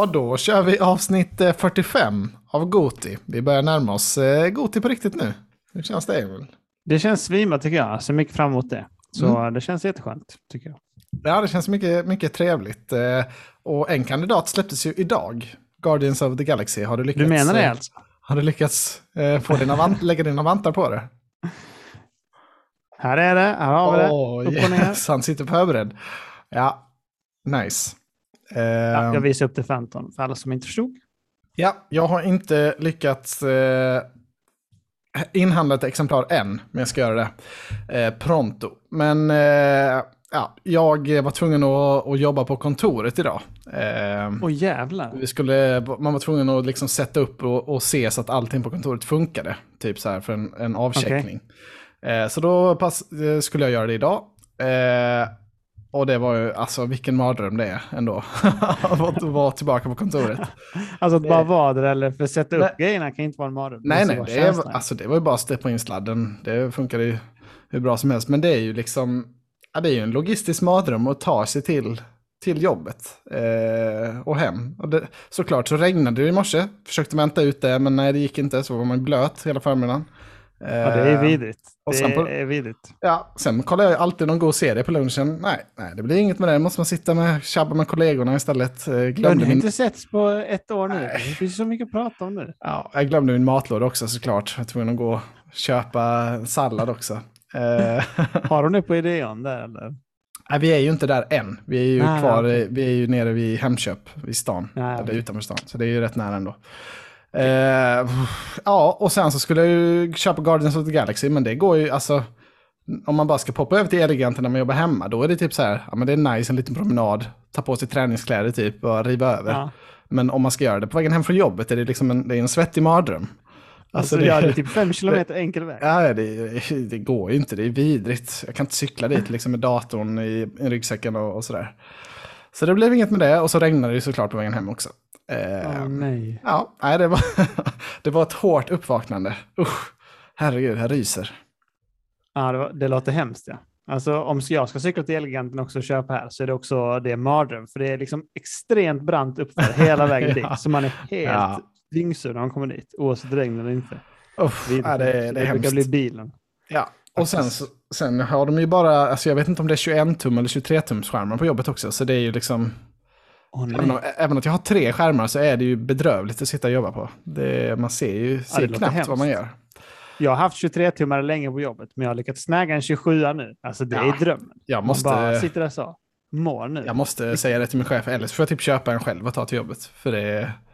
då kör vi avsnitt 45 av Goti. Vi börjar närma oss Goti på riktigt nu. Hur känns det, Emil? Det känns svima tycker jag. Jag ser mycket fram emot det. Så det känns jätteskönt tycker jag. Ja, det känns mycket trevligt. Och en kandidat släpptes ju idag. Guardians of the Galaxy. Har du lyckats? Du menar det alltså? Har du lyckats lägga dina vantar på det? Här är det. Här har vi det. Upp och ner. Yes, han sitter förberedd. Ja, nice. Ja, jag visar upp det 15 för alla som inte förstod. Ja, jag har inte lyckats inhandla ett exemplar än, men jag ska göra det pronto. Men ja, jag var tvungen att jobba på kontoret idag. Jävlar. Man var tvungen att liksom sätta upp och se så att allting på kontoret funkade. Typ så här för en avcheckning. Okay. Så då skulle jag göra det idag. Och det var ju, alltså vilken mardröm det är ändå. Att vara tillbaka på kontoret. Alltså att bara vara där eller för att sätta upp grejerna kan inte vara en mardröm. Nej, det var ju bara att steppa in sladden. Det funkade ju hur bra som helst. Men det är ju liksom, ja, det är ju en logistisk mardröm att ta sig till jobbet och hem. Och såklart så regnade det i morse. Försökte vänta ut det, men nej, det gick inte. Så var man blöt hela förmiddagen. Ja, det är vidrigt. Det är vidrigt. Ja, sen kollar jag alltid någon god serie på lunchen. Nej, det blir inget med det. Måste man sitta tjabba med kollegorna istället. Du har inte setts på ett år nu. Nej. Det finns så mycket att prata om nu. Ja, jag glömde min matlåda också såklart. Jag var tvungen att gå och köpa sallad också. Har du det på Ideon där eller? Nej, vi är ju inte där än. Vi är ju kvar. Okay. Vi är ju nere vid Hemköp vid stan. Eller utanför stan. Så det är ju rätt nära ändå. Ja, och sen så skulle jag ju köpa Guardians of the Galaxy, men det går ju, alltså om man bara ska poppa över till Eleganten när man jobbar hemma, då är det typ så här, ja men det är nice, en liten promenad, ta på sig träningskläder typ och riva över. Ja. Men om man ska göra det på vägen hem från jobbet är det liksom det är en svettig mardröm. Alltså det är typ 5 kilometer enkel väg. Ja, det går ju inte, det är vidrigt. Jag kan inte cykla dit liksom med datorn i ryggsäcken och sådär. Så det blev inget med det, och så regnade det såklart på vägen hem också. Nej. Ja, det var ett hårt uppvaknande. Herregud, jag ryser. Ja, det låter hemskt, ja. Alltså om jag ska cykla till Eleganten också och köpa här, så är det också det mardröm. För det är liksom extremt brant uppför hela vägen dit. Så man är helt dyngsur när man kommer dit, oavsett regn eller inte. Det brukar bli bilen. Ja, och sen har de ju bara, alltså jag vet inte om det är 21 tum eller 23 tums skärmar på jobbet också. Så det är ju liksom... Även att jag har 3 skärmar så är det ju bedrövligt att sitta och jobba på. Man ser knappt vad man gör. Jag har haft 23-tummare länge på jobbet, men jag har lyckats snäga en 27 nu. Alltså det är drömmen. Man bara sitter där så. Mår nu. Jag måste säga det till min chef, eller så får jag typ köpa en själv och ta till jobbet. För det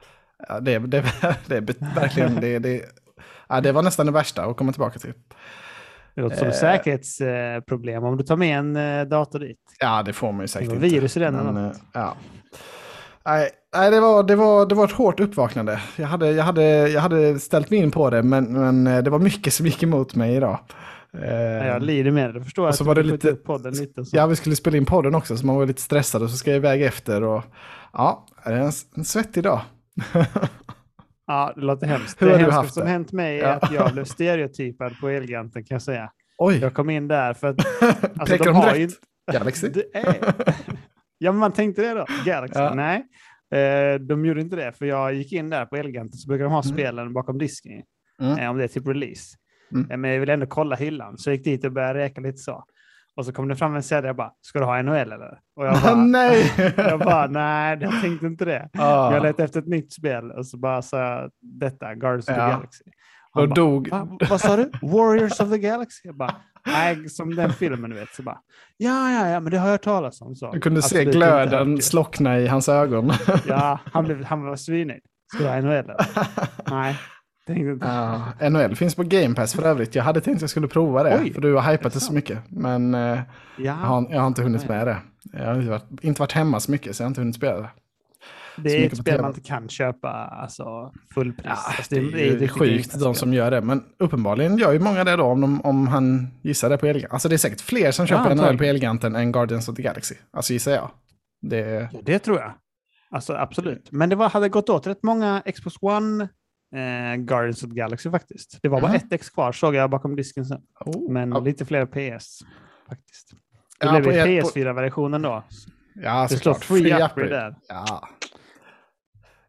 är verkligen det var nästan det värsta att komma tillbaka till. Det låter som säkerhetsproblem om du tar med en dator dit. Ja, det får man ju säkert inte. Virus i den eller något. Ja. Nej, det var ett hårt uppvaknande. Jag hade ställt mig in på det, men det var mycket som gick emot mig idag. Jag lider med det. Förstår så var det lite podden lite så. Ja, vi skulle spela in podden också, så man var lite stressad och så ska jag iväg efter och ja, det är en svettig dag. Ja, det låter hemskt. Hur har det du haft som hänt mig är att jag blev stereotypad på Eleganten, kan jag säga. Oj. Jag kom in där för att alltså, de har ju Galaxy. Ja, men man tänkte det då. Galaxy. Ja. Nej. De gjorde inte det, för jag gick in där på Eleganten så brukar de ha spelen bakom disken. Om det är typ release. Men jag ville ändå kolla hyllan, så jag gick dit och började räka lite så. Och så kom det fram en säljare och bara, ska du ha NHL eller? Och jag bara, nej! Nej, jag tänkte inte det. Jag letade efter ett nytt spel och så bara sa detta, Guardians of the Galaxy. Och dog. Vad sa du? Warriors of the Galaxy? Jag bara, nej, som den filmen du vet. Så bara, ja, men det har jag hört talas om. Så. Du kunde se glöden slockna i hans ögon. Ja, han var svinig. Ska du ha NHL eller? Nej. NHL finns på Game Pass för övrigt. Jag hade tänkt att jag skulle prova det. För du har hypat det så mycket. Men jag har inte hunnit med det. Jag har inte varit hemma så mycket, så jag har inte hunnit spela det. Det är ett spel man inte kan köpa alltså fullpris. Ja, alltså, det är sjukt de som gör det. Men uppenbarligen gör ju många det då om han gissar det på Eleganten. Alltså det är säkert fler som köper NHL på Eleganten än Guardians of the Galaxy. Alltså gissar jag. Det tror jag. Alltså absolut. Men det hade gått åt rätt många Xbox One Guardians of the Galaxy faktiskt. Det var bara ett X kvar, såg jag bakom disken sen. Men lite fler PS faktiskt. Det blev PS4-versionen då. Ja, det står free upgrade där. Ja.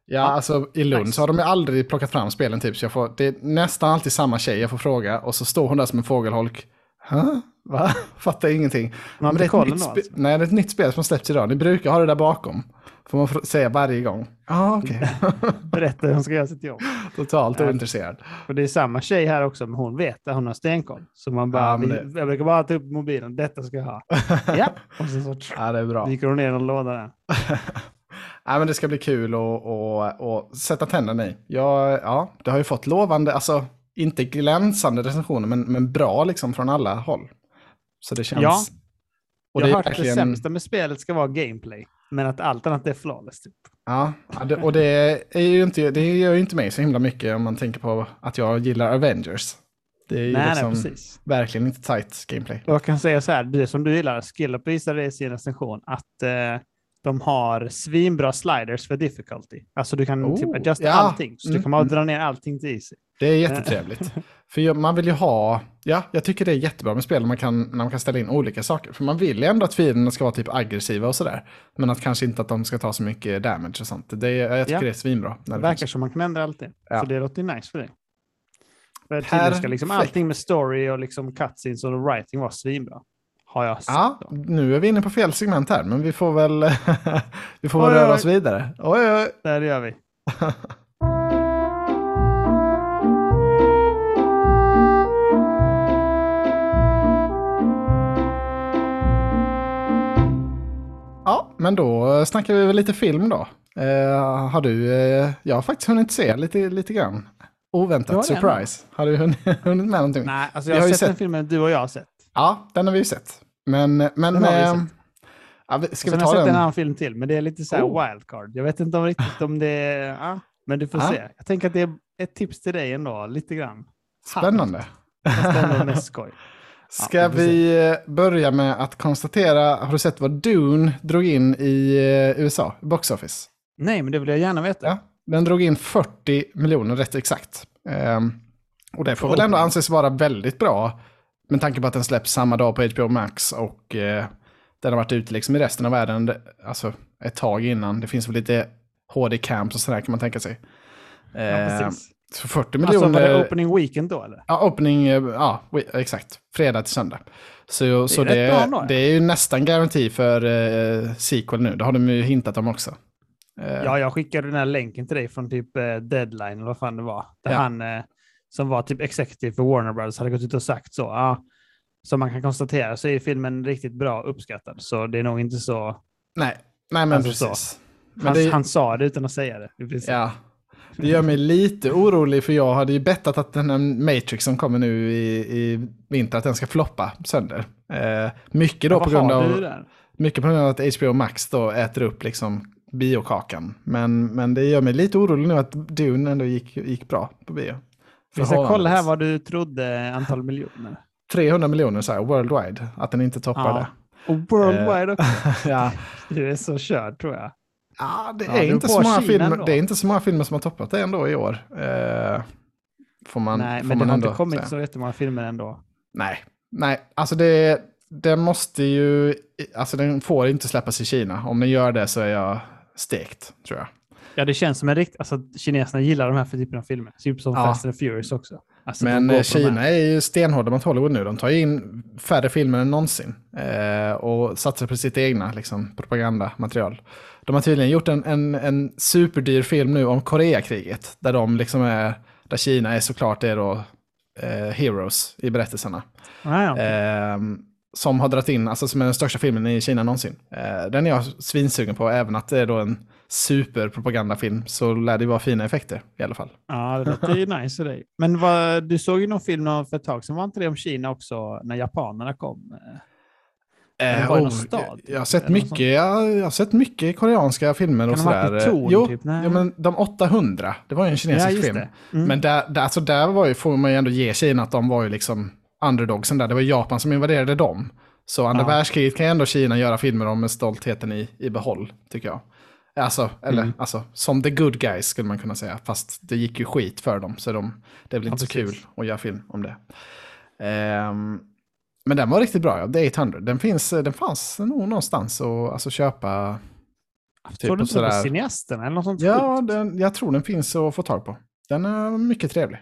Ja, alltså i Lund så har de ju aldrig plockat fram spelen typ. Så det är nästan alltid samma tjej jag får fråga. Och så står hon där som en fågelholk. Va? Fattar ingenting. Men det är nej, det är ett nytt spel som har släppts idag. Ni brukar ha det där bakom. Får man säga varje gång. Okej. Berätta hur hon ska göra sitt jobb. Totalt ointresserad. Och det är samma tjej här också, men hon vet att hon har stenkoll. Så man bara, jag brukar bara ta upp mobilen, detta ska jag ha. Ja, och så det är bra. Viker hon ner och låda den. Ja, men det ska bli kul att sätta tänderna i. Det har ju fått lovande, alltså inte glänsande recensioner, men bra liksom från alla håll. Så det känns... Ja, och jag har hört att det sämsta med spelet ska vara gameplay, men att allt annat är flawless typ. Ja, och det gör ju inte mig så himla mycket om man tänker på att jag gillar Avengers. Det är ju precis. Verkligen inte tight gameplay. Och jag kan säga så här, det som du gillar, Skillup visade i sin recension att de har svinbra sliders för difficulty. Alltså du kan typ adjusta allting. Så du kan bara dra ner allting till easy. Det är jättetrevligt. För man vill ju ha... Ja, jag tycker det är jättebra med spel när man kan ställa in olika saker. För man vill ju ändå att fienderna ska vara typ aggressiva och sådär. Men att kanske inte att de ska ta så mycket damage och sånt. Jag tycker det är svinbra. Det verkar som man kan ändra allting. Ja. Så det låter nice för dig. För tydligen ska liksom allting med story och liksom cutscenes och writing vara svinbra. Har jag sett. Ja, nu är vi inne på fel segment här. Men vi får väl röra oss vidare. Oj. Där gör vi. Ja, men då snackar vi väl lite film då. Har du... jag har faktiskt hunnit se lite grann. Oväntat surprise. Har du hunnit med någonting? Nej, alltså jag har sett den filmen du och jag har sett. Ja, den har vi ju sett. Men ska vi ta den? Jag har sett en annan film till, men det är lite så här wildcard. Jag vet inte om det är... Ja, men du får se. Jag tänker att det är ett tips till dig ändå, lite grann. Spännande. Fast ändå mest skoj. Ska vi börja med att konstatera, har du sett vad Dune drog in i USA, box office? Nej, men det vill jag gärna veta. Ja, den drog in 40 miljoner rätt exakt. Och det får väl ändå anses vara väldigt bra med tanke på att den släpps samma dag på HBO Max och den har varit ute liksom i resten av världen alltså ett tag innan. Det finns väl lite HD-camps och sådär kan man tänka sig. Ja, precis. Så 40 miljoner... Alltså var det opening weekend då eller? Ja, exakt. Fredag till söndag. Så det är ju nästan garanti för sequel nu. Det har de ju hintat om också. Ja, jag skickade den här länken till dig från typ Deadline eller vad fan det var. Där han som var typ executive för Warner Brothers hade gått ut och sagt så. Ja, som man kan konstatera så är filmen riktigt bra uppskattad. Så det är nog inte så... Nej men alltså precis. Han sa det utan att säga det. Ja. Det gör mig lite orolig för jag hade ju bettat att den här Matrix som kommer nu i vinter att den ska floppa sönder. Mycket då på grund av att HBO Max då äter upp liksom biokakan. Men det gör mig lite orolig nu att Dune ändå gick bra på bio. Vi ska kolla här vad du trodde antal miljoner. 300 miljoner så här, worldwide. Att den inte toppar det. Och worldwide också. Ja. Du är så körd tror jag. Ja, det är inte så många filmer. Det är inte så många filmer som har toppat det ändå i år. Nej, men det har inte kommit så jättemånga filmer ändå. Nej, alltså det måste ju, alltså den får inte släppas i Kina. Om den gör det så är jag stekt, tror jag. Ja, det känns som en alltså kineserna gillar de här för typen av filmer. Typ som Fast and Furious också. Alltså, men Kina är ju stenhårda mot Hollywood nu. De tar in färre filmer än någonsin. Och satsar på sitt egna liksom, propagandamaterial. De har tydligen gjort en superdyr film nu om Koreakriget. Där de liksom där Kina är såklart då heroes i berättelserna. Som har dragit in, alltså som är den största filmen i Kina någonsin. Den är jag svinsugen på, även att det är då en superpropagandafilm så lär det vara fina effekter i alla fall. Ja, det låter ju nice för dig. Men du såg ju någon film för ett tag, som var inte det om Kina också när japanerna kom? Jag har sett mycket koreanska filmer och sådär. Typ? Men de 800, det var ju en kinesisk film. Men där var ju, får man ju ändå ge Kina att de var ju liksom underdogsen där. Det var Japan som invaderade dem. Så andra världskriget kan ju ändå Kina göra filmer om med stoltheten i behåll, tycker jag. Alltså, som the good guys skulle man kunna säga. Fast det gick ju skit för dem. Så det är väl inte så kul att göra film om det. Men den var riktigt bra, The 800. Den fanns nog någonstans att alltså, köpa. Tror du inte på cineasten eller något sånt? Ja, jag tror den finns att få tag på. Den är mycket trevlig.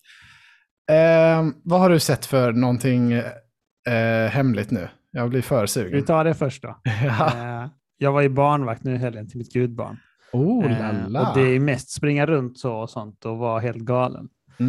Vad har du sett för någonting hemligt nu? Jag blir för sugen. Vi tar det först då. Ja. Jag var i barnvakt nu i helgen till mitt gudbarn. Lala. Och det är mest springa runt så och sånt och vara helt galen.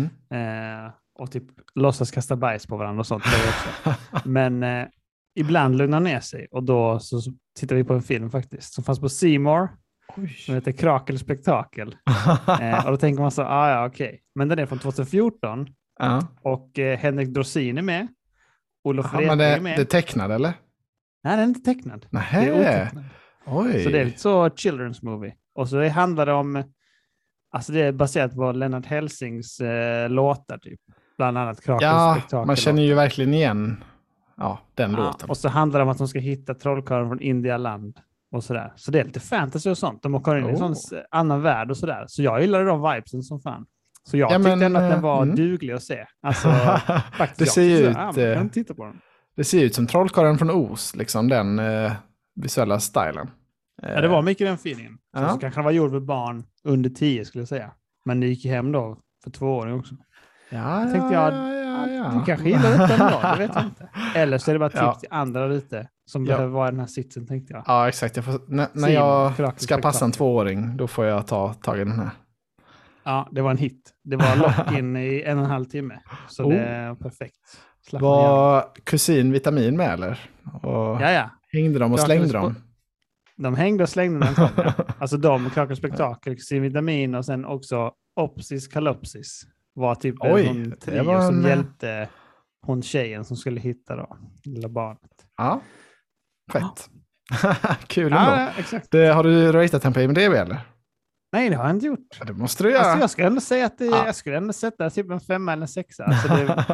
Och typ låtsas kasta bajs på varandra och sånt. Också. Men ibland lugnar ner sig och då så tittar vi på en film faktiskt som fanns på C More. Som heter Krakel Spektakel. Och då tänker man så, okej. Men den är från 2014 och Henrik Dorsin är med. Olof Rek är med. Det är tecknad eller? Nej, den är inte tecknad. Det är otecknad. Så det är lite så children's movie. Och så handlar det om, alltså det är baserat på Lennart Hellsings låtar typ. Bland annat Krakel Spektakel. Man känner ju verkligen igen den låten. Och så handlar det om att de ska hitta trollkarlen från Indialand och sådär. Så det är lite fantasy och sånt. De åker in i en sån annan värld och sådär. Så jag gillade de vibesen som fan. Så jag tyckte ändå att den var duglig att se. Alltså, faktiskt. Det ser ut... kan titta på den. Det ser ut som trollkarlen från Oz, liksom den visuella stilen. Ja, det var mycket den feelingen. Så kanske det var gjord för barn under 10 skulle jag säga. Men det gick hem då för 2 år också. Jag tänkte du kanske gillar det ändå, det vet jag inte. Eller så är det bara tips till andra lite som behöver vara i den här sitsen, tänkte jag. Ja, exakt. När jag ska passa en 2-åring, då får jag ta tag i den här. Ja, det var en hit. Det var lock-in i 1,5 timme. Så det är perfekt. Var kusin Vitamin med eller? Och hängde de och slängde dem? De hängde och slängde den. Alltså de, Krakel Spektakel, kusin Vitamin och sen också Opsis Kalopsis. Var typ en trio som hjälpte hon tjejen som skulle hitta då, lilla barnet. Ja, fett. Kul ändå. Ja, exakt. Har du ratat den på IMDb eller? Nej, det har jag inte gjort. Ja, det måste du göra. Alltså, jag skulle ändå säga att jag skulle ändå sätta typ en 5 eller en 6. Alltså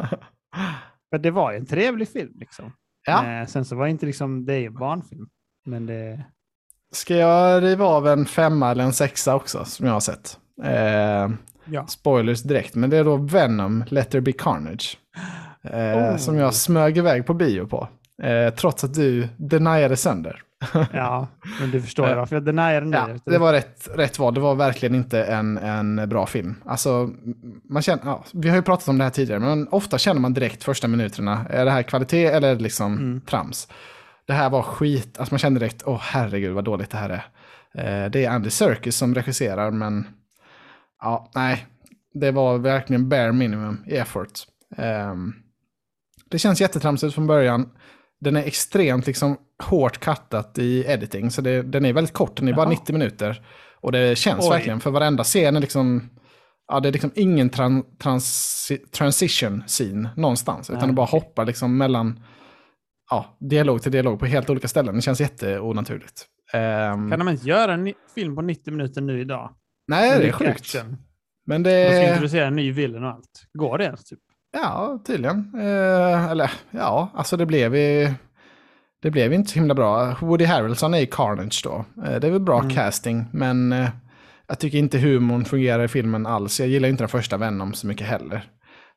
för det var ju en trevlig film liksom. Ja. Sen så var det inte liksom, det är ju barnfilm. Men det... Ska jag riva av en 5 eller en 6 också som jag har sett? Spoilers direkt, men det är då Venom, Let There Be Carnage. Som jag smög iväg på bio på. Trots att du deniade sönder. Ja, men du förstår varför jag deniade den. Ja, det var rätt val. Det var verkligen inte en bra film. Alltså, man känner, vi har ju pratat om det här tidigare, men ofta känner man direkt första minuterna. Är det här kvalitet eller liksom trams? Det här var skit. Alltså man kände direkt, herregud vad dåligt det här är. Det är Andy Serkis som regisserar, men det var verkligen bare minimum effort. Det känns jättetramsigt från början. Den är extremt liksom hårt cuttat i editing, så den är väldigt kort. Den är bara 90 minuter. Och det känns verkligen, för varenda scen är liksom, det är liksom ingen transition scene någonstans. Utan det bara hoppar liksom mellan dialog till dialog på helt olika ställen. Det känns jätteonaturligt. Kan de inte göra en film på 90 minuter nu idag? Nej, det är sjukt. Men de ska introducera en ny villain och allt. Går det ens typ? Ja, tydligen. Alltså det blev inte så himla bra. Woody Harrelson är i Carnage då. Det är väl bra casting, men jag tycker inte humorn fungerar i filmen alls. Jag gillar inte den första Venom så mycket heller.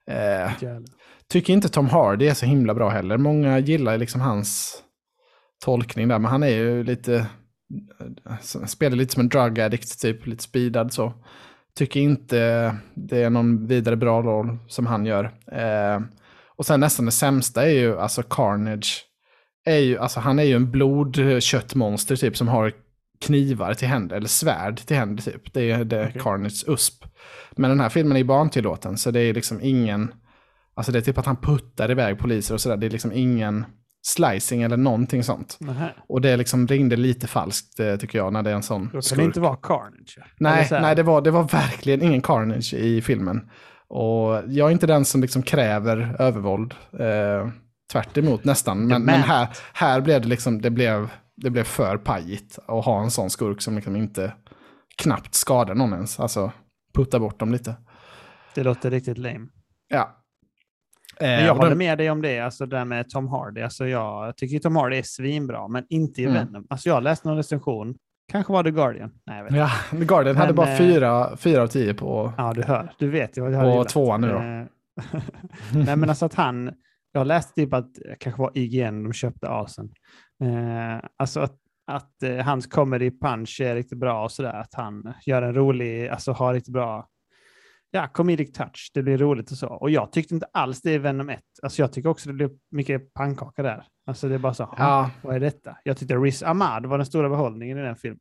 Tycker inte Tom Hardy är så himla bra heller. Många gillar liksom hans tolkning där, men han är ju lite, spelar lite som en drug addict typ, lite speedad så. Tycker inte det är någon vidare bra roll som han gör. Och sen nästan det sämsta är ju, alltså Carnage är ju, alltså han är ju en blodköttmonster typ som har knivar till händer, eller svärd till händer typ. Det är Carnage USP. Men den här filmen är ju barntillåten, så det är liksom ingen, alltså det är typ att han puttar iväg poliser och sådär. Det är liksom ingen slicing eller någonting sånt. Och det liksom ringde lite falskt tycker jag när det är en sån skurk. Kan det inte vara Carnage? Nej, det var verkligen ingen Carnage i filmen. Och jag är inte den som liksom kräver övervåld. Tvärt emot nästan. Men här blev det liksom, det blev för pajigt att ha en sån skurk som liksom inte knappt skadar någon ens. Alltså putta bort dem lite. Det låter riktigt lame. Ja. Men jag håller med dig om det, alltså det där med Tom Hardy. Alltså jag tycker Tom Hardy är svinbra, men inte i Venom. Alltså jag läste någon recension, kanske var The Guardian. Nej, jag vet. Ja, The Guardian hade bara 4 av 10 på. Ja, du vet ju vad jag har gillat. Och 2 nu då. Nej, men alltså att jag läste typ att kanske var IGN de köpte asen. Alltså att att hans comedy punch är riktigt bra och sådär. Att han gör en rolig, alltså har riktigt bra comedic touch. Det blir roligt och så. Och jag tyckte inte alls det i Venom 1. Alltså jag tycker också det blir mycket pannkaka där. Alltså det är bara så, vad är detta? Jag tyckte Riz Ahmad var den stora behållningen i den filmen.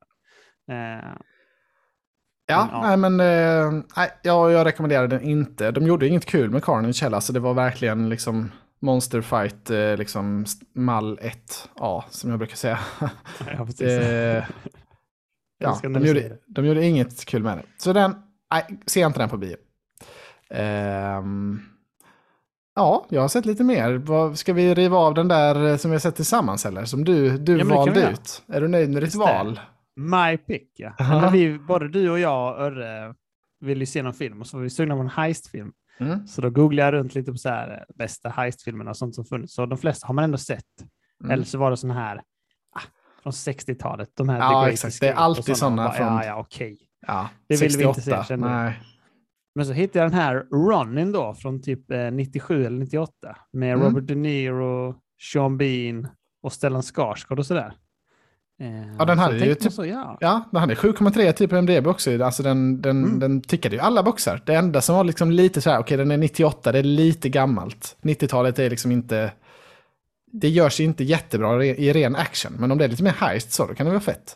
Jag rekommenderar den inte. De gjorde inget kul med Carnage heller, så det var verkligen liksom Monster Fight liksom mall 1A som jag brukar säga. Ja, precis. De gjorde inget kul med det. Så se inte den på bio. Jag har sett lite mer. Ska vi riva av den där som vi har sett tillsammans eller? Som du valde ut. Är du nöjd med ditt val? My pick, ja. Eller både du och jag och Örre ville se någon film och så var vi sugna på en heistfilm. Så då googlade jag runt lite på så här bästa heistfilmerna och sånt som funnits. Så de flesta har man ändå sett. Eller så var det såna här från 60-talet. De här ja, exakt. Det är alltid sådana från... okej. Ja, det 68. Vill vi inte se. Nej. Men så hittade jag den här Ronin då från typ 97 eller 98 med Robert De Niro, Sean Bean och Stellan Skarsgård och sådär. Ja, den hade ju typ, den hade 7,3 typ på MDB också. Alltså den tickade ju alla boxar. Det enda som var liksom lite så här, okej, den är 98, det är lite gammalt. 90-talet är liksom inte, det görs inte jättebra i ren action, men om det är lite mer heist så då kan det vara fett.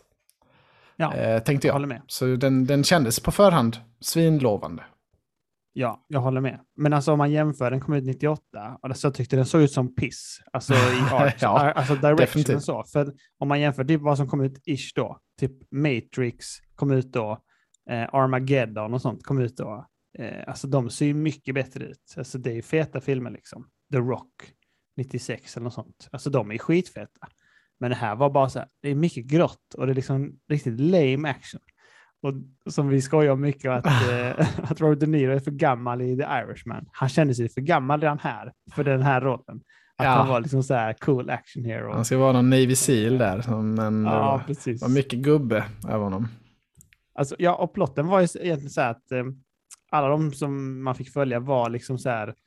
Ja, tänkte jag. Håller med. Så den kändes på förhand svinlovande. Ja, jag håller med. Men alltså om man jämför, den kom ut 98 och så tyckte den såg ut som piss. Alltså i art, alltså direction och så. För om man jämför typ vad som kom ut ish då, typ Matrix kom ut då, Armageddon och sånt kom ut då. Alltså de ser ju mycket bättre ut. Alltså det är feta filmer liksom. The Rock 96 eller något sånt. Alltså de är skitfeta. Men det här var bara så här, det är mycket grått och det är liksom riktigt lame action. Och som vi skojar mycket att Robert De Niro är för gammal i The Irishman. Han kände sig för gammal redan här för den här rollen. Att han var liksom så här cool action hero. Han ska vara någon Navy Seal där. Men precis. Var mycket gubbe av honom. Alltså, och plotten var ju egentligen så här att alla de som man fick följa var liksom så här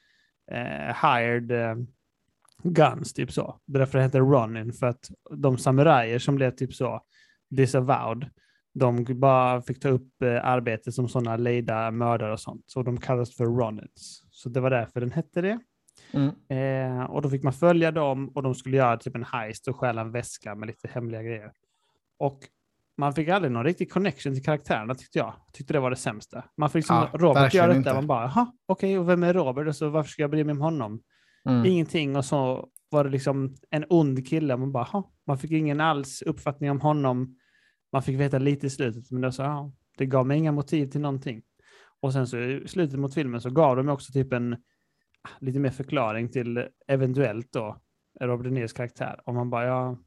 hired guns typ så. Därför det heter Ronin, för att de samurajer som blev typ så disavowed, de bara fick ta upp arbete som sådana lejda mördare och sånt. Så de kallas för Ronins. Så det var därför den hette det. Och då fick man följa dem och de skulle göra typ en heist och stjäla en väska med lite hemliga grejer. Och man fick aldrig någon riktig connection till karaktärerna tyckte jag. Tyckte det var det sämsta. Man fick liksom Robert göra detta. Man bara, okej, och vem är Robert? Och så varför ska jag bry mig om honom? Ingenting. Och så var det liksom en ond kille. Man bara, man fick ingen alls uppfattning om honom. Man fick veta lite i slutet, men då det gav mig inga motiv till någonting. Och sen så i slutet mot filmen så gav de också typ en lite mer förklaring till eventuellt då Robert De Niros karaktär. Och man bara, och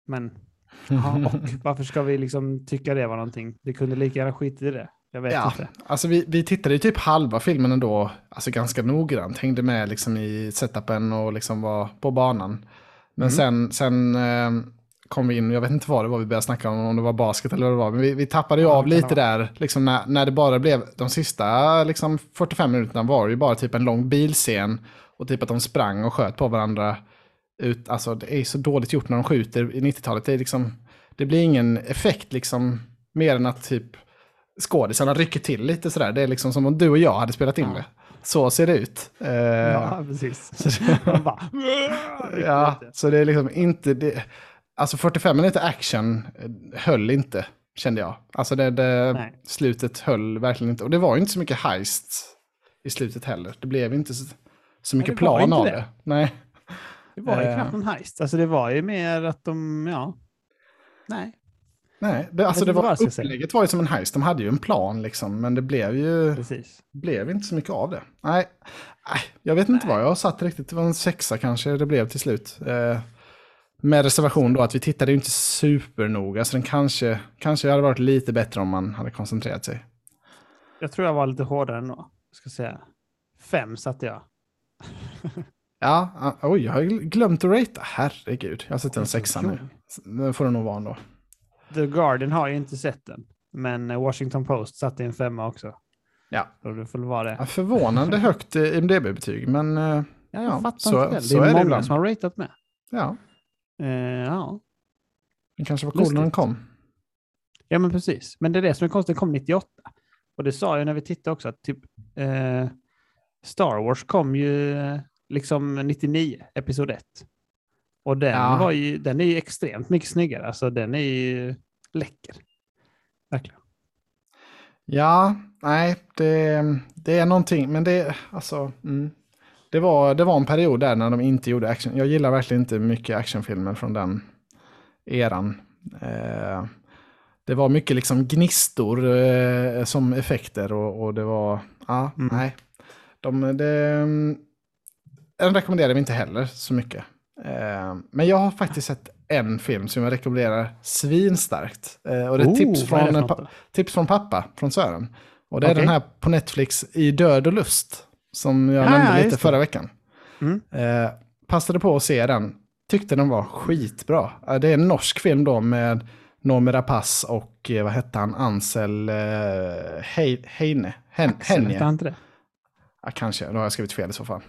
varför ska vi liksom tycka det var någonting? Det kunde lika gärna skita i det. Jag vet inte. Alltså vi tittade ju typ halva filmen ändå, alltså ganska noggrant. Hängde med liksom i setupen och liksom var på banan. Men sen kom vi in, jag vet inte vad det var vi började snacka om det var basket eller vad det var, men vi tappade ju av lite där, liksom när det bara blev, de sista liksom 45 minuterna var det ju bara typ en lång bilscen och typ att de sprang och sköt på varandra ut, alltså det är så dåligt gjort när de skjuter i 90-talet, det är liksom, det blir ingen effekt liksom, mer än att typ skådisarna rycker till lite sådär, det är liksom som om du och jag hade spelat in det. Så ser det ut. Ja, precis. Så det är liksom inte det. Alltså 45 minuter action höll inte, kände jag. Alltså slutet höll verkligen inte. Och det var ju inte så mycket heist i slutet heller. Det blev inte så mycket plan av det. Nej. Det var ju knappt någon heist. Alltså det var ju mer att Nej, upplägget var ju som en heist. De hade ju en plan liksom, men det blev ju blev inte så mycket av det. Nej, jag vet inte vad jag har satt riktigt. Det var en 6 kanske det blev till slut. Med reservation då att vi tittade ju inte supernoga, så den kanske hade varit lite bättre om man hade koncentrerat sig. Jag tror jag var lite hårdare ändå. Jag ska säga 5 satte jag. Jag har glömt att rata. Herregud, jag har sett en 6 nu. Det får det nog vara ändå. The Guardian har ju inte sett den, men Washington Post satte en 5 också. Ja. Så det får vara det. Förvånande högt IMDb-betyg, men jag fattar inte det. Det är många som har ratat med. Ja. Den kanske var cool när den kom. Ja, men precis. Men det är det som är konstigt, den kom 98. Och det sa jag när vi tittade också, att typ Star Wars kom ju liksom 99, episod 1. Och den är ju extremt mycket snyggare. Alltså den är ju läcker. Verkligen. Ja, nej, det är någonting, men det var en period där när de inte gjorde action. Jag gillar verkligen inte mycket actionfilmer från den eran. Det var mycket liksom gnistor som effekter och det var, nej. Den rekommenderar vi inte heller så mycket. Men jag har faktiskt sett en film som jag rekommenderar svinstarkt. Och det är tips från pappa, från Sören. Och det är den här på Netflix, I död och lust, som jag nämnde lite förra veckan. Passade på att se den. Tyckte den var skitbra. Det är en norsk film då med Noomi Rapace och vad hette han? Ansel Henje. Ja, kanske, då har jag skrivit fel i så fall.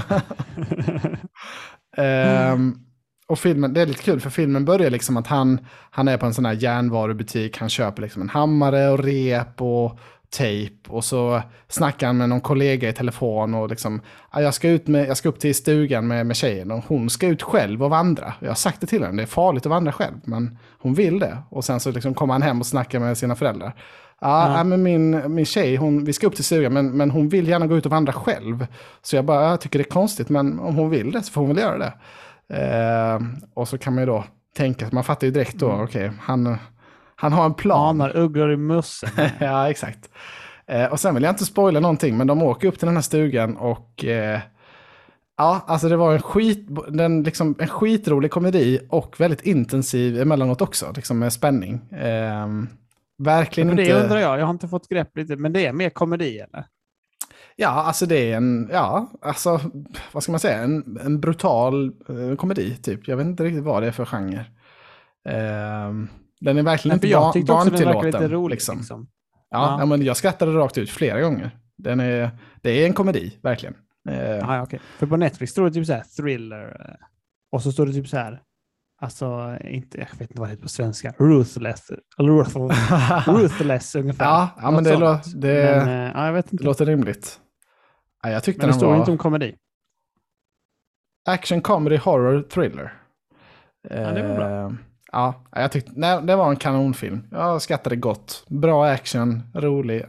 Och filmen, det är lite kul för filmen börjar liksom att han är på en sån här järnvarubutik, han köper liksom en hammare och rep och tejp och så snackar han med någon kollega i telefon och liksom, jag ska upp till stugan med tjejen och hon ska ut själv och vandra. Jag har sagt det till henne, det är farligt att vandra själv, men hon vill det. Och sen så liksom kommer han hem och snackar med sina föräldrar. Men min tjej, vi ska upp till stugan, men hon vill gärna gå ut och vandra själv. Så jag tycker det är konstigt, men om hon vill det så får hon väl göra det. Och så kan man ju då tänka, man fattar ju direkt då, okej, han har en plan. Anar ugglor i mössen. Ja, exakt. Och sen vill jag inte spoila någonting, men de åker upp till den här stugan och alltså det var en skitrolig komedi och väldigt intensiv emellanåt också, liksom med spänning. Verkligen men det inte... undrar jag har inte fått grepp lite, men det är mer komedi eller? Ja, alltså det är vad ska man säga, en brutal komedi typ. Jag vet inte riktigt vad det är för genre. Den är verkligen inte barntillåten. Lite rolig, liksom. Ja, men jag skrattade rakt ut flera gånger. Det är en komedi, verkligen. Okay. För på Netflix står det typ så här thriller och så står det typ så här, alltså inte, jag vet inte vad det heter på svenska, ruthless ungefär. Ja, men jag vet inte. Det låter rimligt. Ja, jag tyckte men det står inte om komedi. Action, comedy, horror, thriller. Det var bra. Ja, jag tyckte det var en kanonfilm. Jag skattade gott. Bra action, rolig.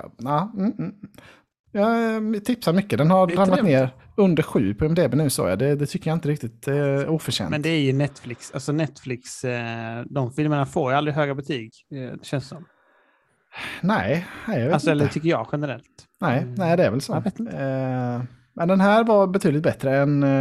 Jag tipsar mycket. Den har ramlat ner under 7 på IMDb nu, så det tycker jag inte riktigt oförtjänt. Men det är ju Netflix. Alltså Netflix, de filmerna får ju aldrig höga betyg, det känns som. Nej, jag vet inte. Eller tycker jag generellt. Nej, det är väl så. Jag vet inte. Men den här var betydligt bättre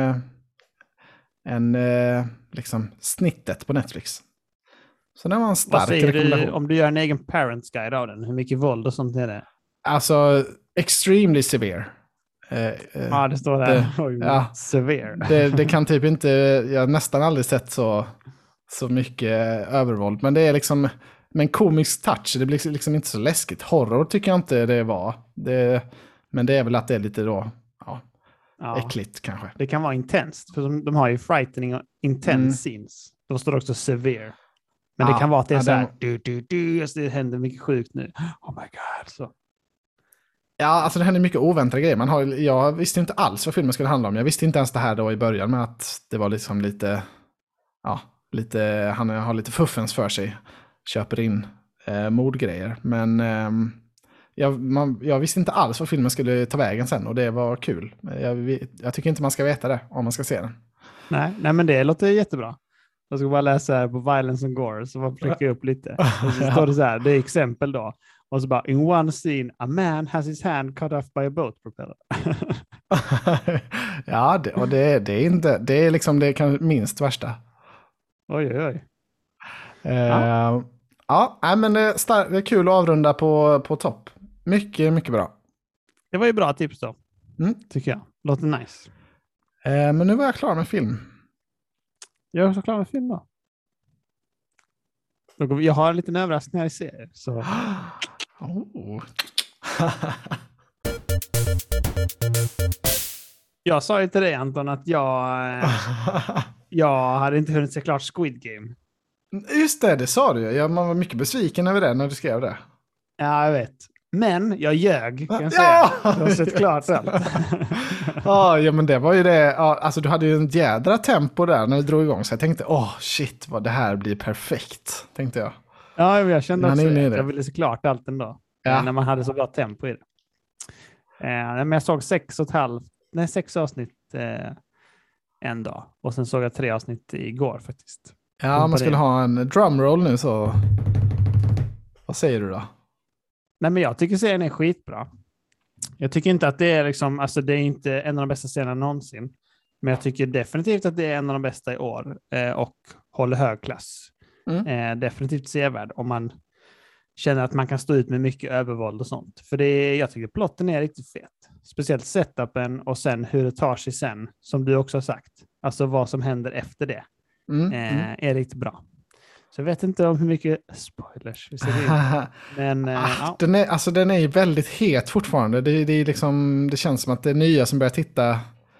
än liksom snittet på Netflix. Så det var en stark rekommendation. Om du gör en egen parents guide av den, hur mycket våld och sånt är det? Alltså, extremely severe. Det står där. Severe. Det kan typ inte, jag har nästan aldrig sett så mycket övervåld. Men det är liksom, med en komisk touch, det blir liksom inte så läskigt. Horror tycker jag inte det var. Men det är väl att det är lite då, äckligt kanske. Det kan vara intenst, för de har ju frightening och intense scenes. Då står det också severe. Men det kan vara att det är så här, det händer mycket sjukt nu. Oh my god, så. Ja, alltså det händer mycket oväntade grejer. Jag visste inte alls vad filmen skulle handla om. Jag visste inte ens det här då i början med att det var liksom lite, han har lite fuffens för sig. Köper in mordgrejer. Men jag visste inte alls vad filmen skulle ta vägen sen och det var kul. Jag tycker inte man ska veta det om man ska se den. Nej, men det låter jättebra. Jag ska bara läsa här på Violence and Gore, så man prickar upp lite. Och så står det så här, det är exempel då. Och så bara, in one scene, a man has his hand cut off by a boat propeller. Ja, det är inte, det är liksom det kan minst värsta. Oj. Men det är kul att avrunda på topp. Mycket, mycket bra. Det var ju bra tips då, tycker jag. Låter nice. Men nu var jag klar med film. Jag är också klar med film då. Jag har lite överraskning här i serien. Så. Jag sa ju till dig, Anton, att jag hade inte hunnit se klart Squid Game. Just det sa du. Man var mycket besviken över det när du skrev det. Ja, jag vet. Men jag ljög, kan jag säga. Du har sett klart allt. Ja, men det var ju det. Ja, alltså du hade ju en jädra tempo där när du drog igång. Så jag tänkte, shit, vad det här blir perfekt, tänkte jag. Ja, jag kände också det. Jag ville se klart allt ändå. Ja. När man hade så bra tempo i det. Men jag såg 6 avsnitt en dag. Och sen såg jag 3 avsnitt igår faktiskt. Ja, man skulle ha en drumroll nu så. Vad säger du då? Nej, men jag tycker serien är skitbra. Jag tycker inte att det är liksom, alltså det är inte en av de bästa serierna någonsin. Men jag tycker definitivt att det är en av de bästa i år. Och håller hög klass. Definitivt sevärd om man känner att man kan stå ut med mycket övervåld och sånt. För jag tycker plotten är riktigt fet. Speciellt setupen och sen hur det tar sig sen, som du också har sagt. Alltså vad som händer efter det är riktigt bra. Så jag vet inte om hur mycket spoilers vi ser in. Men, den är ju väldigt het fortfarande. Det är liksom, det känns som att det är nya som börjar titta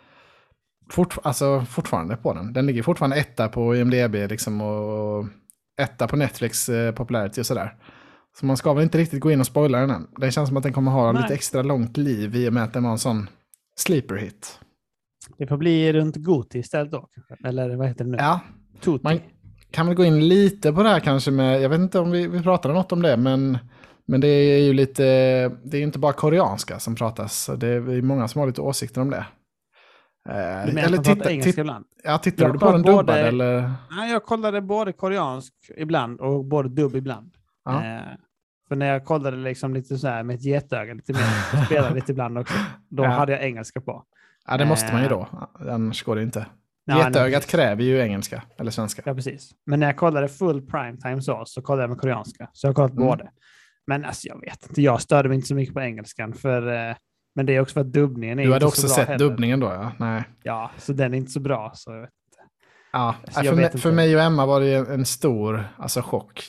fortfarande på den. Den ligger fortfarande 1 på IMDb liksom, och 1 på Netflix popularity och sådär. Så man ska väl inte riktigt gå in och spoila den än. Det känns som att den kommer ha lite extra långt liv i och med att den var en sån sleeper hit. Det får bli runt Goti istället då. Eller vad heter det nu? Ja. Tutti. Man kan väl gå in lite på det här kanske med, jag vet inte om vi pratade något om det, men det är ju lite, det är inte bara koreanska som pratas. Det är många som har lite åsikter om det. Du menar att man pratar engelska ibland? Ja, tittar du på den dubbad eller? Nej, jag kollade både koreansk ibland och både dubb ibland. Ja. För när jag kollade liksom lite så här med ett getöga lite mer, spelade lite ibland också, då hade jag engelska på. Ja, det måste man ju då, annars går det inte. Getögat kräver ju engelska eller svenska. Ja, precis. Men när jag kollade full primetime så kollade jag med koreanska. Så jag har kollat både. Men alltså jag vet inte, jag störde mig inte så mycket på engelskan. Men det är också för att dubbningen är inte så bra. Du hade också sett dubbningen då, ja? Nej. Ja, så den är inte så bra. Så jag vet inte. Ja, alltså, för mig och Emma var det en stor chock.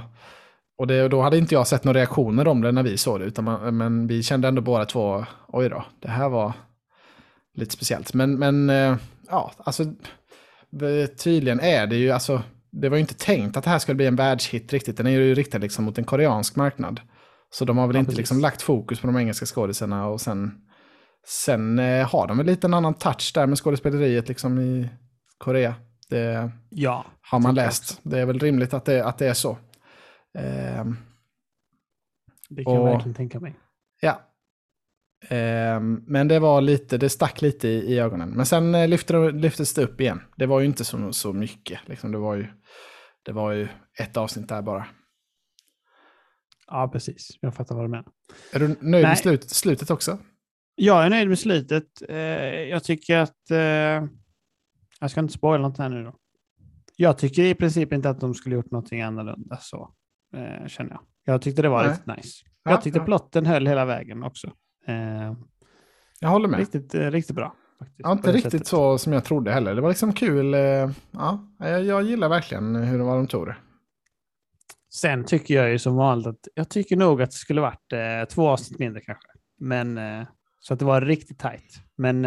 Då hade inte jag sett några reaktioner om det när vi såg det. Men vi kände ändå båda två, oj då, det här var lite speciellt. Men alltså tydligen är det ju, alltså det var ju inte tänkt att det här skulle bli en världshit riktigt. Den är ju riktad liksom mot en koreansk marknad. Så de har väl inte liksom lagt fokus på de engelska skådisarna och sen har de väl lite en annan touch där med skådespeleriet liksom i Korea. Det har man läst. Det är väl rimligt att det är så. Det kan jag verkligen tänka mig. Ja. Men det stack lite i ögonen. Men sen lyftes det upp igen. Det var ju inte så mycket. Liksom. Det var ju 1 avsnitt där bara. Ja, precis. Jag fattar vad du menar. Är du nöjd med slutet också? Jag är nöjd med slutet. Jag tycker att... jag ska inte spoila något här nu då. Jag tycker i princip inte att de skulle gjort någonting annorlunda så. Känner jag. Jag tyckte det var riktigt nice. Jag tyckte plotten höll hela vägen också. Jag håller med. Riktigt bra. Faktiskt, ja, inte riktigt så som jag trodde heller. Det var liksom kul. Jag gillar verkligen hur de tog det. Sen tycker jag ju som vanligt att jag tycker nog att det skulle varit 2 avsnitt mindre kanske. Men så att det var riktigt tajt. Men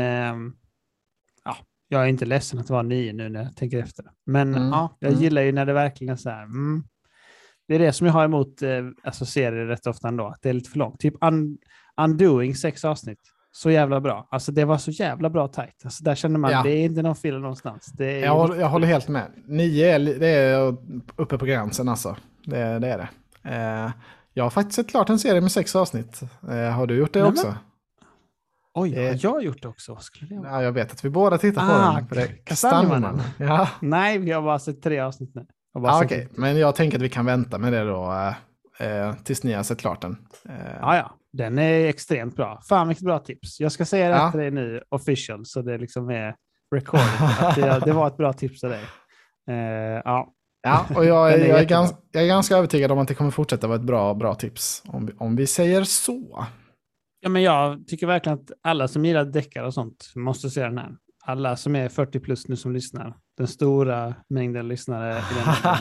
jag är inte ledsen att det var 9 nu när jag tänker efter. Men jag gillar ju när det verkligen är så här. Det är det som jag har emot serier rätt ofta ändå. Att det är lite för långt. Typ Undoing 6 avsnitt. Så jävla bra. Alltså det var så jävla bra tajt. Alltså där känner man, det är inte någon filler någonstans. Jag håller helt med. 9 det är uppe på gränsen alltså. Det är det. Jag har faktiskt sett klart en serie med 6 avsnitt. Har du gjort det också? Men... Oj, har jag gjort det också? Ja, jag vet att vi båda tittar på den. Kastanjemannen. Ja. Nej, vi har bara sett 3 avsnitt nu. Okej. Men jag tänker att vi kan vänta med det då tills ni har sett klart den. Ja. Den är extremt bra. Fan vilket bra tips. Jag ska säga det till dig nu, official, så det liksom är recorded. Det var ett bra tips av dig. Ja, och jag är ganska övertygad om att det kommer fortsätta vara ett bra tips. Om vi säger så. Ja, men jag tycker verkligen att alla som gillar deckare och sånt måste se den här. Alla som är 40 plus nu som lyssnar. Den stora mängden lyssnare i den.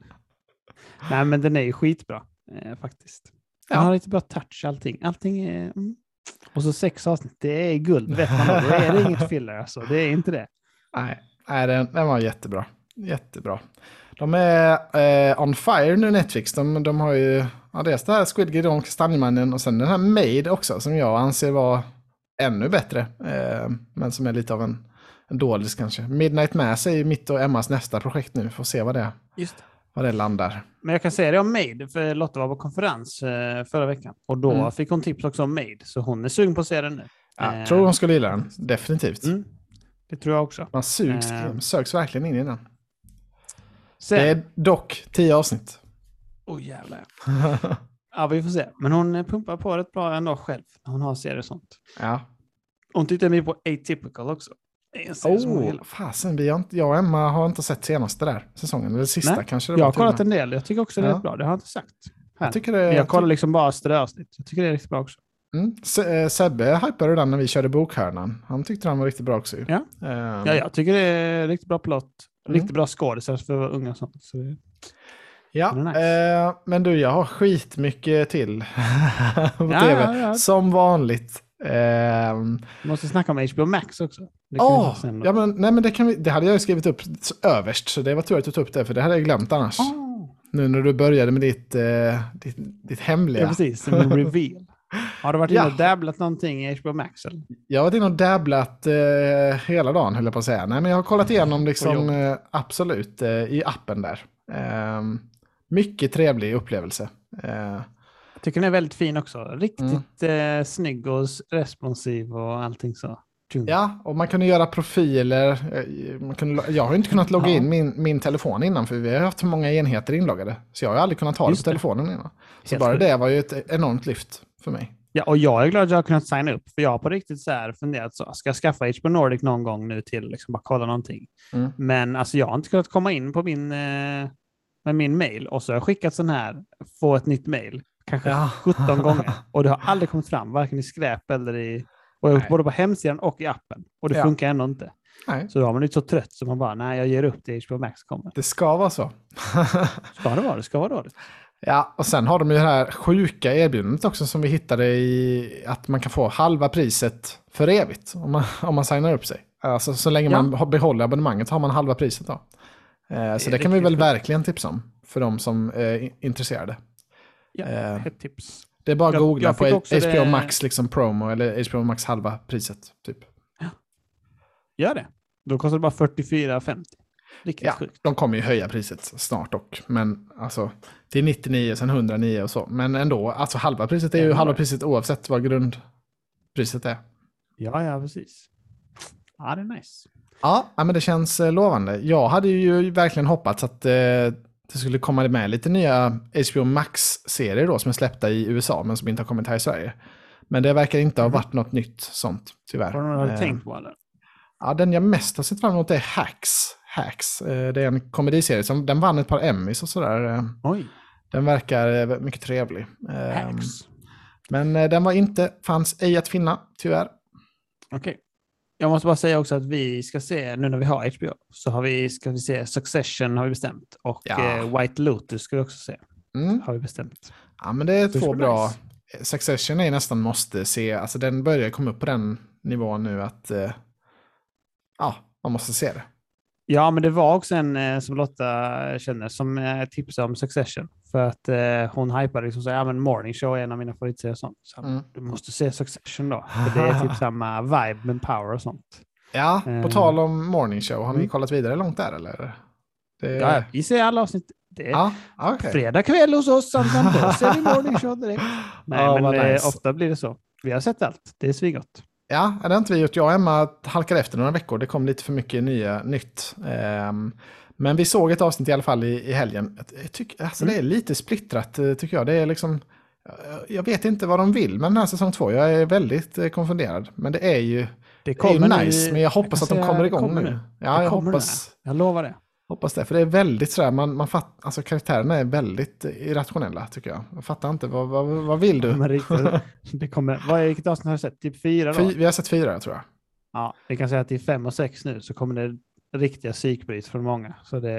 Nej, men den är ju skitbra faktiskt. Den har lite bra touch, allting är... Och så 6 avsnitt, det är guld, vet man då. Det är inget filler alltså, det är inte det. Nej, den var jättebra. Jättebra. De är on fire nu, Netflix. De har ju dels det här Squid Game och Kastanjemannen och sen den här Made också som jag anser vara ännu bättre. Men som är lite av en dålig kanske. Midnight Mass är ju mitt och Emmas nästa projekt nu. Får se vad det landar. Men jag kan säga det om Made, för Lotta var på konferens förra veckan. Och då fick hon tips också om Made, så hon är sugen på att se den nu. Jag tror hon skulle gilla den, definitivt. Det tror jag också. Man söks verkligen in i den. Sen, det är dock 10 avsnitt. Jävlar. Ja, vi får se. Men hon pumpar på rätt bra ändå själv. Hon har serier och sånt. Ja. Hon tittar mycket på Atypical också. Fasen, jag och Emma har inte sett senaste där säsongen. Eller sista kanske. Jag har kollat en del. Jag tycker också det är bra. Det har jag inte sagt. Jag kollar liksom bara ströavsnitt. Jag tycker det är riktigt bra också. Sebbe hypade den när vi körde Bokhörnan. Han tyckte den var riktigt bra också. Ja, jag tycker det är riktigt bra plott. Riktigt bra skådespelare för unga och sånt. Så nice. Men du, jag har skitmycket till på tv. Ja. Som vanligt. Du måste snacka om HBO Max också. Det hade jag skrivit upp överst. Så det var tur att du tog upp det. För det hade jag glömt annars. Nu när du började med ditt hemliga. Ja, precis. En reveal. Har du varit inne och dabblat någonting i HBO Max? Eller? Jag har varit inne och dabblat hela dagen, höll jag på att säga. Nej, men jag har kollat igenom liksom, absolut i appen där. Mycket trevlig upplevelse. Jag tycker den är väldigt fin också. Riktigt snygg och responsiv och allting så. Ja, och man kunde göra profiler. Jag har inte kunnat logga in min telefon innan, för vi har haft så många enheter inloggade. Så jag har aldrig kunnat ha det på telefonen innan. Så bara det var ju ett enormt lyft för mig. Ja, och jag är glad att jag har kunnat signa upp. För jag har på riktigt så här funderat, ska jag skaffa HBO Nordic någon gång nu till liksom bara kolla någonting. Men alltså jag har inte kunnat komma in på med min mail. Och så har jag skickat sån här, få ett nytt mail. Kanske 17 gånger. Och det har aldrig kommit fram, varken i skräp eller i... Och jag har både på hemsidan och i appen. Och det funkar ändå inte. Nej. Så då har man inte så trött så man bara, jag ger upp till HBO Max kommer. Det ska vara så. Det ska vara det. Ja, och sen har de ju det här sjuka erbjudandet också som vi hittade i att man kan få halva priset för evigt om man signar upp sig. Alltså så länge man behåller abonnemanget har man halva priset då. Så det kan vi väl verkligen tipsa om för de som är intresserade. Ja, ett tips. Det är bara att googla på HBO Max liksom promo eller HBO Max halva priset typ. Ja. Gör det. Då kostar det bara 44,50. Riktigt sjukt. De kommer ju höja priset snart dock. Men alltså till 99 sen 109 och så. Men ändå, alltså halva priset är ju halva priset oavsett vad grundpriset är. Ja, precis. Ja, det är nice. Ja, men det känns lovande. Jag hade ju verkligen hoppats att det skulle komma med lite nya HBO Max-serier då som är släppta i USA men som inte har kommit här i Sverige. Men det verkar inte ha varit något nytt sånt, tyvärr. Har du tänkt på det? Ja, den jag mest har sett fram emot är Hacks. Det är en komediserie som den vann ett par Emmys och sådär. Oj. Den verkar mycket trevlig. Hacks. Men den fanns ej att finna, tyvärr. Okej. Jag måste bara säga också att vi ska se, nu när vi har HBO, så ska vi se Succession har vi bestämt. Och White Lotus ska vi också se. Har vi bestämt. Ja, men det är två bra. Succession är nästan måste se. Alltså den börjar komma upp på den nivån nu att man måste se det. Ja, men det var också en som Lotta känner som tipsade om Succession. För att hon hypade liksom så men Morning Show är en av mina favoritserier och sånt. Så du måste se Succession då. För det är typ samma vibe med power och sånt. Ja, på tal om Morning Show. Har ni kollat vidare långt där eller? Ja, vi ser alla avsnitt. Det är fredag kväll hos oss. Då ser vi Morning Show direkt. Nej, men ofta blir det så. Vi har sett allt. Det är svigott. Ja, det har inte vi gjort. Jag och Emma halkade efter några veckor. Det kom lite för mycket nytt. Men vi såg ett avsnitt i alla fall i helgen. Det är lite splittrat tycker jag. Det är liksom, jag vet inte vad de vill med den här säsong 2. Jag är väldigt konfunderad. Men det är ju nice. Men jag hoppas att de kommer igång nu. Ja, jag hoppas. Jag lovar det. Hoppas det, för det är väldigt sådär, alltså karaktärerna är väldigt irrationella tycker jag. Jag fattar inte, vad vill du? Vilket avsnitt har du sett? Typ 4 då? Vi har sett 4 tror jag. Ja, vi kan säga att det är 5 och 6 nu så kommer det riktiga psykbryt från många. Så det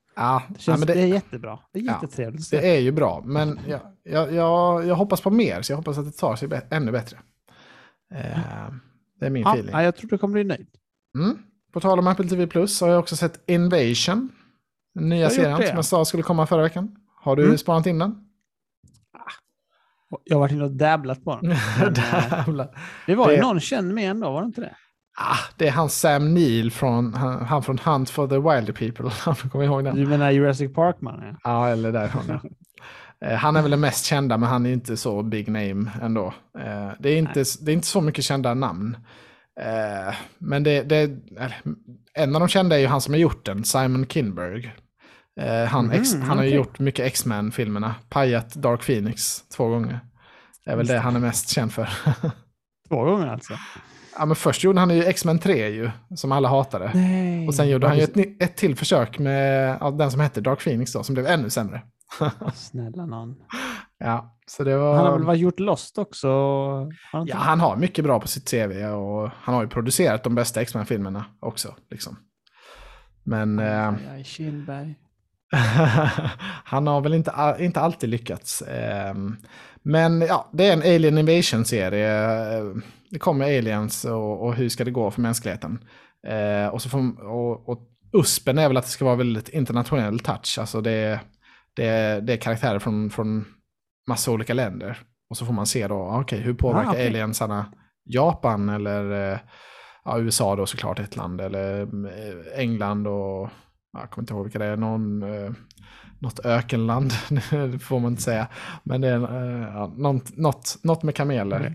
är jättebra. Det är jättetrevligt. Det är ju bra, men jag hoppas på mer, så jag hoppas att det tar sig ännu bättre. Det är min feeling. Ja, jag tror du kommer bli nöjd. På tal om Apple TV Plus så har jag också sett Invasion. Den nya serien som jag sa skulle komma förra veckan. Har du spanat in den? Jag har varit inne och dabblat på den. Det var ju någon känd med ändå, var det inte det? Det är han Sam Neill från Hunt for the Wilder People. Kommer ihåg den? Du menar Jurassic Park-man? Ja, ja eller därifrån. Ja. Han är väl den mest kända, men han är inte så big name ändå. Det är inte så mycket kända namn. Men en av de kända är ju han som har gjort den, Simon Kinberg. Han har ju gjort mycket X-Men-filmerna. Pajat Dark Phoenix 2 gånger. Det är väl det han är mest känd för. 2 gånger alltså? Ja, men först gjorde han ju X-Men 3 ju, som alla hatade. Nej, och sen gjorde han ju ett till försök med den som hette Dark Phoenix då, som blev ännu sämre. Snälla någon. Ja, så det var... Han har väl gjort Lost också? Ja, han har mycket bra på sitt CV och han har ju producerat de bästa X-Men-filmerna också. Liksom. Men... Kinberg. Han har väl inte alltid lyckats. Men ja, det är en Alien Invasion-serie. Det kommer aliens och hur ska det gå för mänskligheten. Och USPen är väl att det ska vara väldigt internationell touch. Alltså det är karaktärer från massa olika länder. Och så får man se då, hur påverkar aliensarna Japan eller USA då såklart ett land. Eller England och... Jag kommer inte ihåg vilka det är. Något ökenland, det får man inte säga. Men det är något med kameler.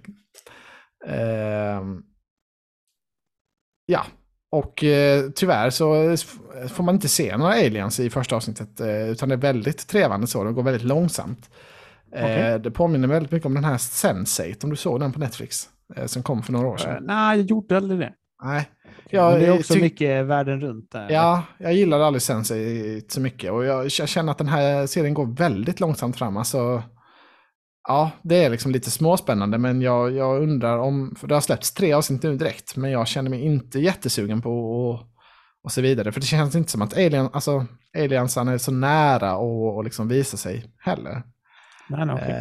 Ja, och tyvärr så får man inte se några aliens i första avsnittet. Utan det är väldigt trevande så. Det går väldigt långsamt. Det påminner väldigt mycket om den här Sense8, om du såg den på Netflix. Som kom för några år sedan. Nej, jag gjorde aldrig det. Nej. Men det är också mycket världen runt där. Ja, jag gillar aldrig Sense8 så mycket. Och jag känner att den här serien går väldigt långsamt fram. Alltså, ja, det är liksom lite småspännande. Men jag undrar om... För det har släppts 3 avsnitt nu direkt. Men jag känner mig inte jättesugen på och så vidare. För det känns inte som att aliensarna är så nära och liksom visa sig heller. Nej, okay.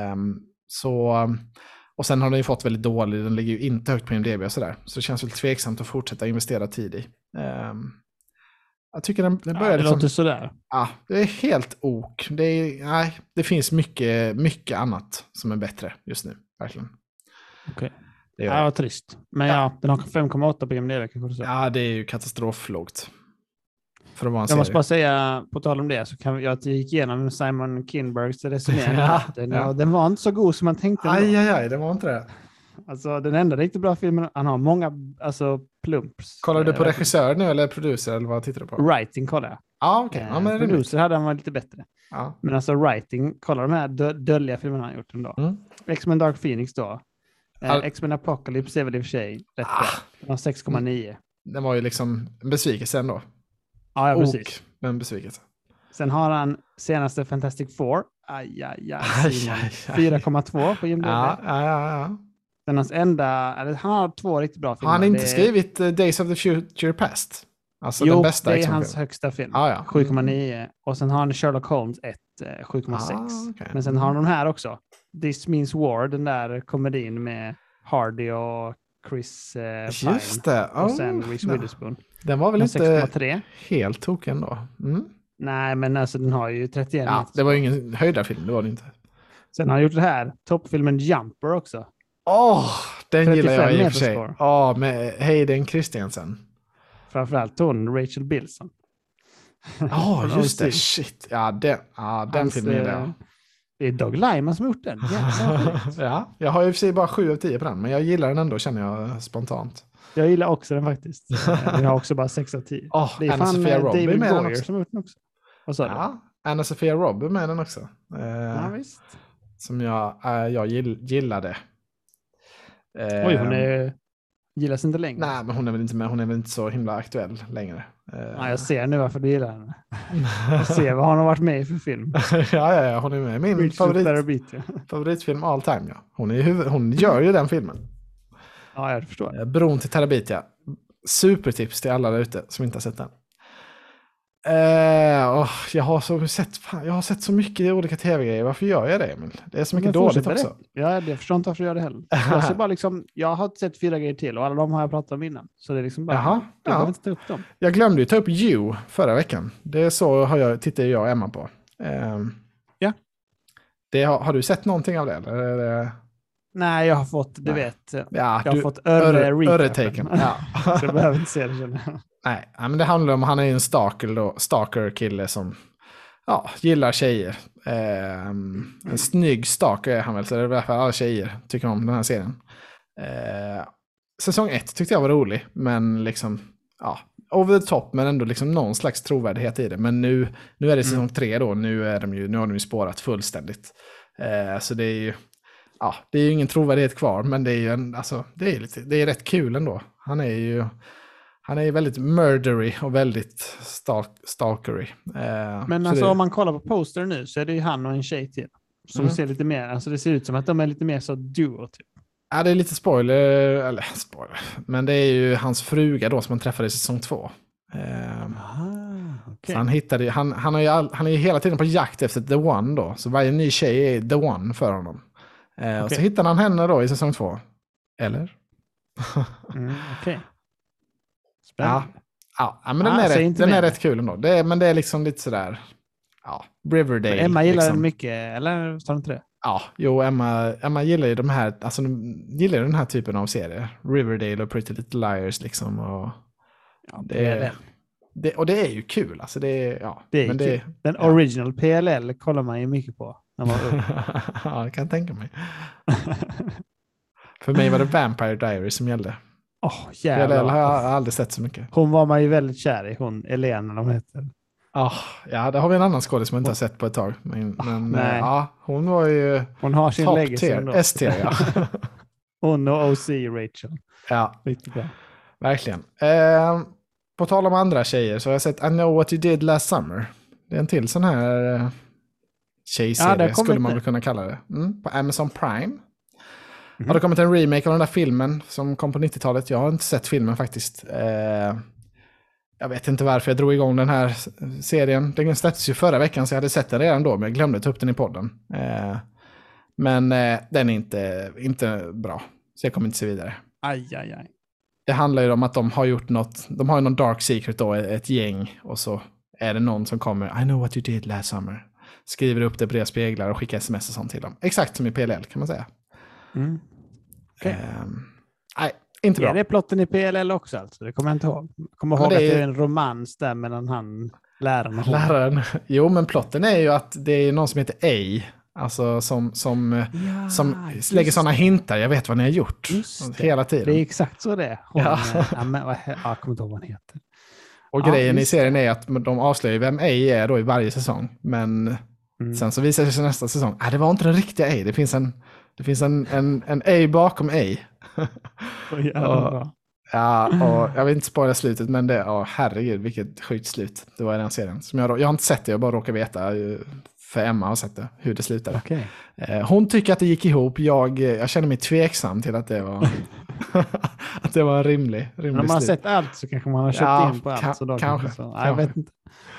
Och sen har den ju fått väldigt dålig, den ligger ju inte högt på IMDb och sådär. Så det känns väl tveksamt att fortsätta investera tid i. Jag tycker den börjar det låter sådär. Ja, det är helt ok. Det finns mycket annat som är bättre just nu, verkligen. Okej. Det var trist. Men den har 5,8 på IMDb kanske du säger. Ja, det är ju katastroflågt. För att vara en jag måste bara säga, på tal om det, så kan jag gick igenom Simon Kinbergs resumé. Den var inte så god som man tänkte. Aj, det var inte det. Alltså, den enda riktigt bra filmen, han har många plumps. Kollar du på regissör nu eller producer, eller vad tittar du på? Writing kollar jag. Ja, okej. Ja, men producer hade han varit lite bättre. Ja. Men alltså writing, kolla de här dölliga filmerna han gjort ändå. X-Men Dark Phoenix då. X-Men Apocalypse är väl i och för sig rätt bra. Den har 6,9. Den var ju liksom en besvikelse ändå. Ja, precis. Men besvikelse. Sen har han senaste Fantastic Four. 4,2 på IMDb. Ja. Sen hans han har 2 riktigt bra filmer. Har han inte skrivit Days of the Future Past? Alltså den bästa. Det är hans högsta film. 7,9. Och sen har han Sherlock Holmes 7,6. Okay. Men sen har han de här också. This Means War, den där komedin med Hardy och Chris Pine. Just det. Och sen Reese Witherspoon. Den var väl inte 6,3. Helt token då? Nej, men alltså den har ju 31. Ja, det var ju ingen höjdarfilm, det var det inte. Sen har han gjort det här, toppfilmen Jumper också. Den gillar jag i och för sig. Med Hayden Christensen. Framförallt hon, Rachel Bilson. Just det, shit. Den filmen gillar jag. Det är Doug Liman som har gjort den. Ja, jag har i och för sig bara 7 av 10 på den, men jag gillar den ändå, känner jag spontant. Jag gillar också den faktiskt. Jag har också bara 6 av 10. Det är fan David Boyer som har gjort den också. Vad sa du? Anna-Sophia Robb är med den också. Visst. Som jag gillade. Hon gillas inte längre. Nej, men hon är väl inte med. Hon är väl inte så himla aktuell längre. Jag ser nu varför du gillar henne. Jag ser vad hon har varit med i för film. Ja, hon är med i min favoritfilm all time. Ja. Hon gör ju den filmen. Ja, jag förstår. Bron till Terabitia. Supertips till alla där ute som inte har sett den. Jag har sett så mycket olika tv-grejer. Varför gör jag det, Emil? Det är så mycket dåligt också. Ja, jag förstår inte varför jag gör det heller. Jag ser bara liksom, jag har sett 4 grejer till och alla de har jag pratat om innan. Så det är liksom bara, jag behöver inte ta upp dem. Jag glömde ju ta upp You förra veckan. Det är så tittade jag och Emma på. Ja. Har du sett någonting av det? Eller? Nej, jag har fått, du vet. Ja, jag har fått öre-taken. Ja. Så jag behöver inte se det, känner jag. Nej, men det handlar om, han är ju en stalker-kille som gillar tjejer. En snygg stalker är han väl, så det är därför alla tjejer tycker om den här serien. Säsong 1 tyckte jag var rolig, men liksom, over the top, men ändå liksom någon slags trovärdighet i det. Men nu är det säsong 3 då, nu har de ju spårat fullständigt. Så det är ju, det är ju ingen trovärdighet kvar, men det är ju det är rätt kul ändå. Han är ju väldigt murdery och väldigt stalkery. Men alltså om man kollar på poster nu så är det ju han och en tjej till. Som ser lite mer, alltså det ser ut som att de är lite mer så duo typ. Ja, det är lite spoiler. Men det är ju hans fruga då som han träffade i säsong 2. Okay. Han är ju hela tiden på jakt efter the one då. Så varje ny tjej är the one för honom. Och så hittar han henne då i säsong 2. Eller? Okej. Spännande. Ja, men den är rätt kul ändå. Men det är liksom lite sådär, Riverdale. Men Emma gillar liksom. den mycket, eller sa du inte det? Ja, Emma gillar ju de här, alltså gillar den här typen av serier. Riverdale och Pretty Little Liars liksom. Och det är ju kul. Alltså det är kul. Den original PLL kollar man ju mycket på när man var ung. Ja, det kan jag tänka mig. För mig var det Vampire Diaries som gällde. PLL har jag aldrig sett så mycket. Hon var man ju väldigt kär i, hon Elena de heter. Ja, det har vi en annan skådespelare som jag inte har sett på ett tag. Men hon var ju hon har sin legacy ändå. ST, ja. Hon och OC Rachel. Ja, riktigt bra. Verkligen. På tal om andra tjejer så har jag sett I Know What You Did Last Summer. Det är en till sån här tjejserie skulle man väl kunna kalla det. På Amazon Prime. Har det kommit en remake av den där filmen som kom på 90-talet? Jag har inte sett filmen faktiskt. Jag vet inte varför jag drog igång den här serien. Den släpptes ju förra veckan så jag hade sett den redan då, men jag glömde ta upp den i podden. Men den är inte bra, så jag kommer inte se vidare. Aj. Det handlar ju om att de har gjort något, de har ju någon dark secret då, ett gäng, och så är det någon som kommer, I know what you did last summer. Skriver upp det på deras speglar och skickar sms och sånt till dem. Exakt som i PLL kan man säga. Okay. Nej, inte bra. Är det plotten i PLL också alltså? Det kommer jag inte ihåg. Jag kommer ihåg att det är en romans där mellan läraren. Jo, men plotten är ju att det är någon som heter A. Alltså som lägger sådana hintar. Jag vet vad ni har gjort. Hela tiden. Det är exakt så det är. Jag kommer inte ihåg vad han heter. Och grejen i serien är att de avslöjar vem A är då i varje säsong. Men sen så visar det sig nästa säsong. Det var inte den riktiga A. Det finns en A bakom A. Och jag vill inte spoila slutet, men herregud vilket sjukt slut det var i den serien. Som jag har inte sett det, jag bara råkar veta för Emma har sett det, hur det slutade. Okay. Hon tycker att det gick ihop, jag känner mig tveksam till att det var att det var en rimlig men om man har sett allt så kanske man har köpt in på allt. Så då kanske. Jag vet inte.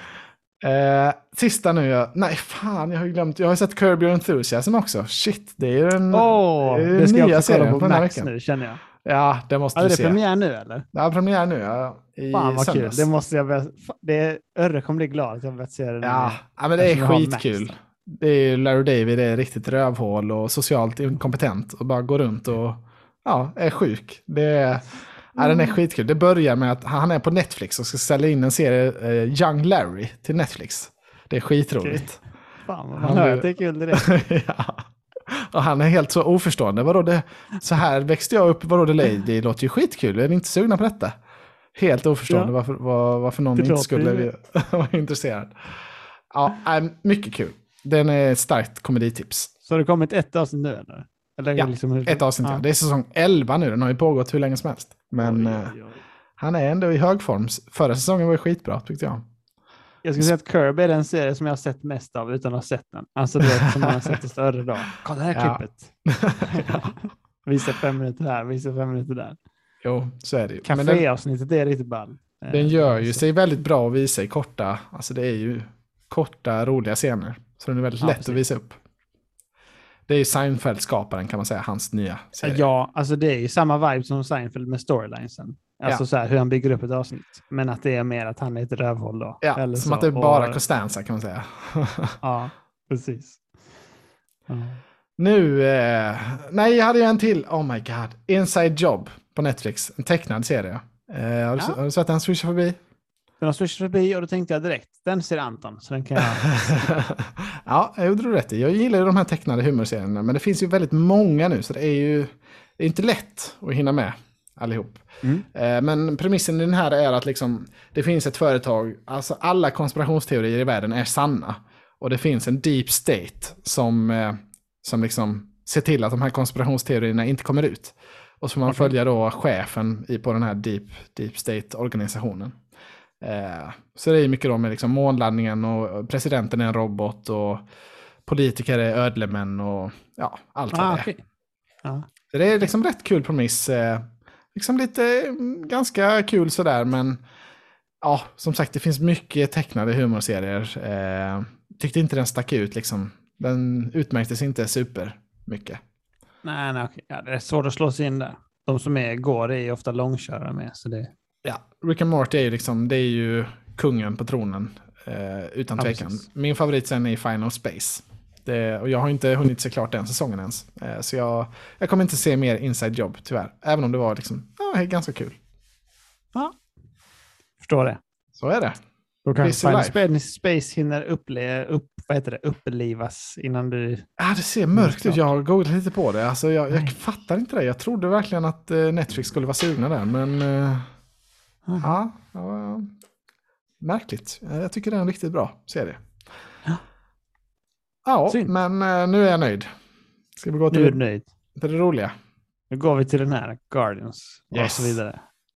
Sista nu, jag har ju glömt. Jag har sett Curb Your Enthusiasm också. Shit, det är den det ska nya serien på Max nu, känner jag. Ja, det måste du se. Är det premiär nu eller? Ja, premiär nu. Fan vad kul. Det måste Örre kommer bli glad att jag vet se den. Ja, men det är skitkul. Det är Larry David, det är riktigt rövhål och socialt inkompetent och bara går runt och är sjuk. Den är skitkul. Det börjar med att han är på Netflix och ska sälja in en serie Young Larry till Netflix. Det är skitroligt. Okay. Fan, man hör att det är kul direkt. Ja. Och han är helt så oförstående. Så här växte jag upp, det låter ju skitkul. Jag är inte sugna på detta. Helt oförstående varför någon inte skulle vara intresserad. Ja, mycket kul. Den är ett starkt komeditips. Så har det kommit ett avsnitt nu eller? Ja, ett avsnitt. Ja. Det är säsong 11 nu. Den har ju pågått hur länge som helst. Men han är ändå i hög form. Förra säsongen var ju skitbra, tyckte jag. Jag skulle säga att Kirby är den serie som jag har sett mest av utan att ha sett den. Alltså det som man har sett det större dag. Kolla det här klippet. Visa 5 minuter här, visa 5 minuter där. Jo, så är det ju. Caféavsnittet är riktigt ball. Den gör ju sig väldigt bra att visa i korta, alltså det är ju korta, roliga scener. Så den är väldigt lätt att visa upp. Det är ju Seinfeld-skaparen kan man säga, hans nya serie. Ja, alltså det är ju samma vibe som Seinfeld med storylinesen. Alltså så här, hur han bygger upp ett avsnitt. Men att det är mer att han är ett rövhåll då. Ja, eller som så. att det är bara Costanza kan man säga. Ja, precis. Ja. Nu, nej jag hade ju en till, oh my god. Inside Job på Netflix, en tecknad serie. Har du sett den swisha förbi? Den har swishat förbi och då tänkte jag direkt, den ser Anton, så den kan jag... Ja, jag gjorde rätt i. Jag gillar ju de här tecknade humorserierna, men det finns ju väldigt många nu, så det är inte lätt att hinna med allihop. Men premissen i den här är att liksom, det finns ett företag, alltså alla konspirationsteorier i världen är sanna. Och det finns en deep state som liksom ser till att de här konspirationsteorierna inte kommer ut. Och så får man följa då chefen på den här deep state-organisationen. Så det är mycket då med liksom månlandningen och presidenten är en robot och politiker är ödlemän och ja, allt vad det är. Okay. Ja. Så det är liksom rätt kul premiss. Liksom lite ganska kul sådär, men ja, som sagt det finns mycket tecknade humorserier. Tyckte inte den stack ut liksom. Den utmärktes inte super mycket. Nej, okay. Ja, det är svårt att slå sig in där. De som går är ofta långkörare med, så det... Ja, Rick and Morty är ju liksom, det är ju kungen på tronen utan tvekan. Precis. Min favorit sen är Final Space. Och jag har inte hunnit se klart den säsongen ens. Så jag kommer inte se mer Inside Job tyvärr. Även om det var liksom, ganska kul. Ja, förstår det. Så är det. Då kan Final Space hinner upplivas innan du... Ja, det ser mörkt ut. Jag har googlat lite på det. Alltså, jag fattar inte det. Jag trodde verkligen att Netflix skulle vara sugna där, men... Ja, märkligt. Jag tycker det är en riktigt bra serie. Ja, men nu är jag nöjd. Ska vi gå till det roliga? Nu går vi till den här Guardians och så vidare.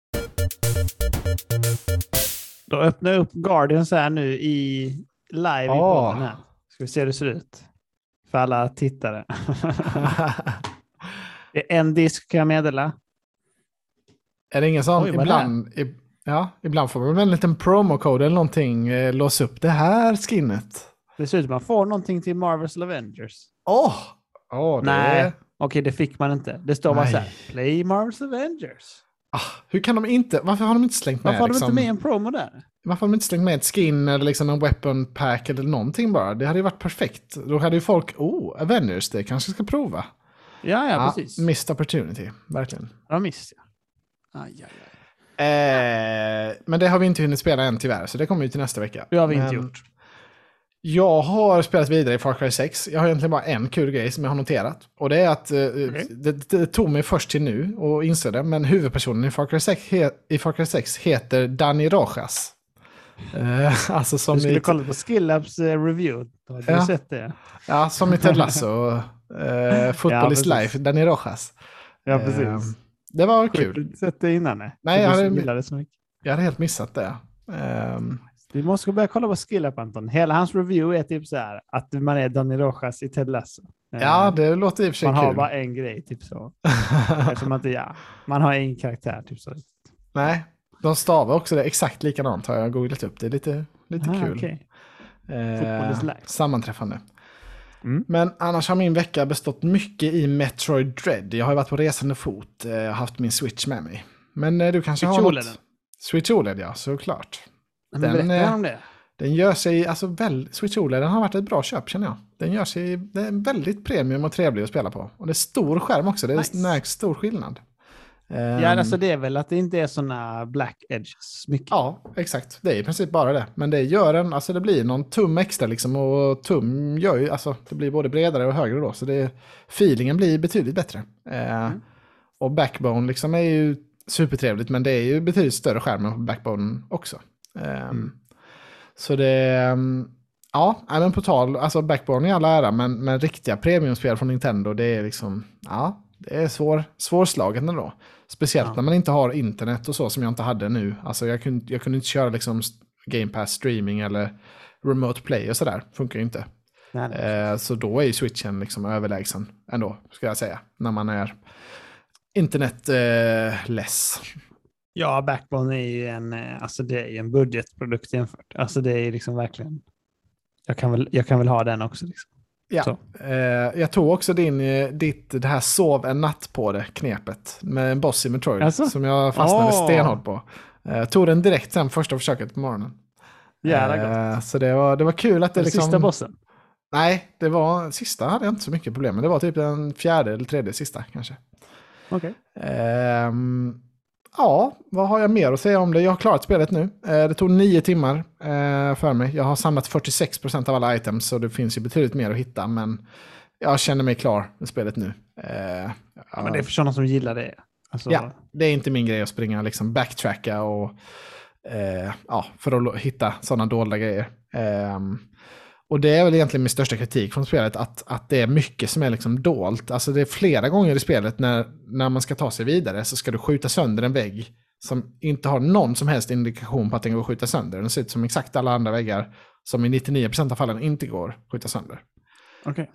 Då öppnar jag upp Guardians här nu live i podden här. Ska vi se hur det ser ut för alla tittare. Det är en disk kan jag meddela. Är det ingen sån? Ibland får man en liten promocode eller någonting låsa upp det här skinnet. Det ser ut som man får någonting till Marvel's Avengers. Nej, okej, det fick man inte. Det står bara så här, play Marvel's Avengers. Hur kan de inte, varför har de inte slängt med? Varför har de inte med en promo där? Varför har de inte slängt med ett skin eller liksom en weapon pack eller någonting bara? Det hade ju varit perfekt. Då hade ju folk, Avengers, det kanske ska prova. Ja, precis. Missed opportunity, verkligen. Ja, missed jag. Men det har vi inte hunnit spela än tyvärr, så det kommer ju till nästa vecka. Det har vi inte gjort. Jag har spelat vidare i Far Cry 6. Jag har egentligen bara en kul grej som jag har noterat. Och det är att det tog mig först till nu och inser det, men huvudpersonen i Far Cry 6 heter Dani Rojas. Alltså som du skulle kolla på Skillabs review. Har du sett det? Ja, som i Ted Lasso. Football is life, Dani Rojas. Ja, precis. Det var kul. Du sett det innan? Nej, jag hade helt missat det. Vi måste börja kolla på Skillab, Anton. Hela hans review är typ så här att man är Dani Rojas i Ted Lasso. Ja, det låter i och för sig man kul. Man har bara en grej, typ så. Man har en karaktär, typ så. Nej, de stavar också det exakt likadant har jag googlat upp. Det är lite kul. Okay. Sammanträffande. Men annars har min vecka bestått mycket i Metroid Dread. Jag har varit på resande fot, haft min Switch med mig. Men du kanske Switch har OLED. Switch OLED, ja, såklart. Den gör sig, alltså Switch OLED har varit ett bra köp känner jag. Det är väldigt premium och trevlig att spela på. Och det är stor skärm också, det är stor skillnad. Alltså det är väl att det inte är såna black edges mycket. Ja, exakt. Det är i princip bara det. Men det gör alltså det blir någon tum extra liksom, och tum gör ju, alltså det blir både bredare och högre då. Så feelingen blir betydligt bättre. Och Backbone liksom är ju supertrevligt, men det är ju betydligt större skärm på Backbone också. Så det, men på tal, alltså Backbone i alla ära, men riktiga premiumspel från Nintendo, det är liksom, det är svårslaget ändå. Speciellt när man inte har internet och så som jag inte hade nu. Alltså jag kunde inte köra liksom Game Pass streaming eller remote play och sådär. Funkar ju inte. Nej. Så då är ju Switchen liksom överlägsen ändå, ska jag säga. När man är internetless. Ja, Backbone är ju det är en budgetprodukt jämfört. Alltså det är liksom verkligen, jag kan väl ha den också liksom. Ja, jag tog också det här sov en natt på det knepet med en boss i Metroid som jag fastnade stenhårt på. Tog den direkt sen första försöket på morgonen. Så det var kul att det liksom... Sista bossen? Nej, sista hade jag inte så mycket problem med. Det var typ den fjärde eller tredje sista kanske. Okej. Ja, vad har jag mer att säga om det? Jag har klarat spelet nu. Det tog 9 timmar för mig. Jag har samlat 46% av alla items, så det finns ju betydligt mer att hitta. Men jag känner mig klar med spelet nu. Men det är för sådana som gillar det. Alltså... Ja, det är inte min grej att springa liksom backtracka och för att hitta sådana dolda grejer. Och det är väl egentligen min största kritik från spelet, att det är mycket som är liksom dolt. Alltså det är flera gånger i spelet när man ska ta sig vidare så ska du skjuta sönder en vägg som inte har någon som helst indikation på att den går att skjuta sönder. Den ser ut som exakt alla andra väggar som i 99% av fallen inte går att skjuta sönder. Okay.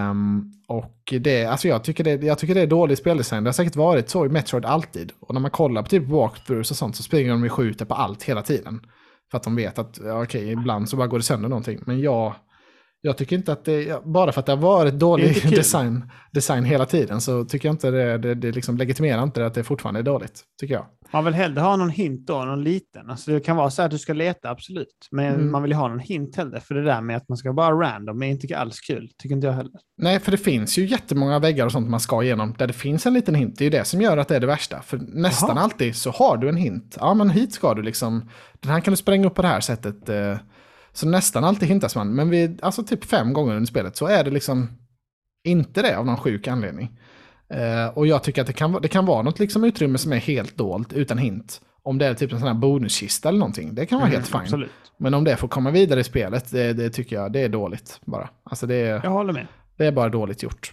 Och jag tycker det är dålig speldesign. Det har säkert varit så i Metroid alltid. Och när man kollar på typ walkthroughs och sånt så springer de och skjuter på allt hela tiden. För att de vet att ibland så bara går det sönder någonting. Men jag tycker inte att bara för att det har varit dålig design hela tiden så tycker jag inte det liksom legitimerar inte att det fortfarande är dåligt, tycker jag. Man vill hellre ha någon hint då, någon liten. Alltså det kan vara så att du ska leta, absolut. Men man vill ju ha någon hint heller. För det där med att man ska bara random är inte alls kul, tycker inte jag heller. Nej, för det finns ju jättemånga väggar och sånt man ska igenom där det finns en liten hint. Det är ju det som gör att det är det värsta. För nästan alltid så har du en hint. Ja, men hit ska du liksom. Den här kan du spränga upp på det här sättet. Så nästan alltid hintas man. Men typ 5 gånger under spelet så är det liksom inte det av någon sjuk anledning. Och jag tycker att det kan vara något liksom utrymme som är helt dolt utan hint. Om det är typ en sån här bonuskista eller någonting. Det kan vara helt fine. Absolut. Men om det får komma vidare i spelet, det tycker jag det är dåligt bara. Alltså jag håller med. Det är bara dåligt gjort.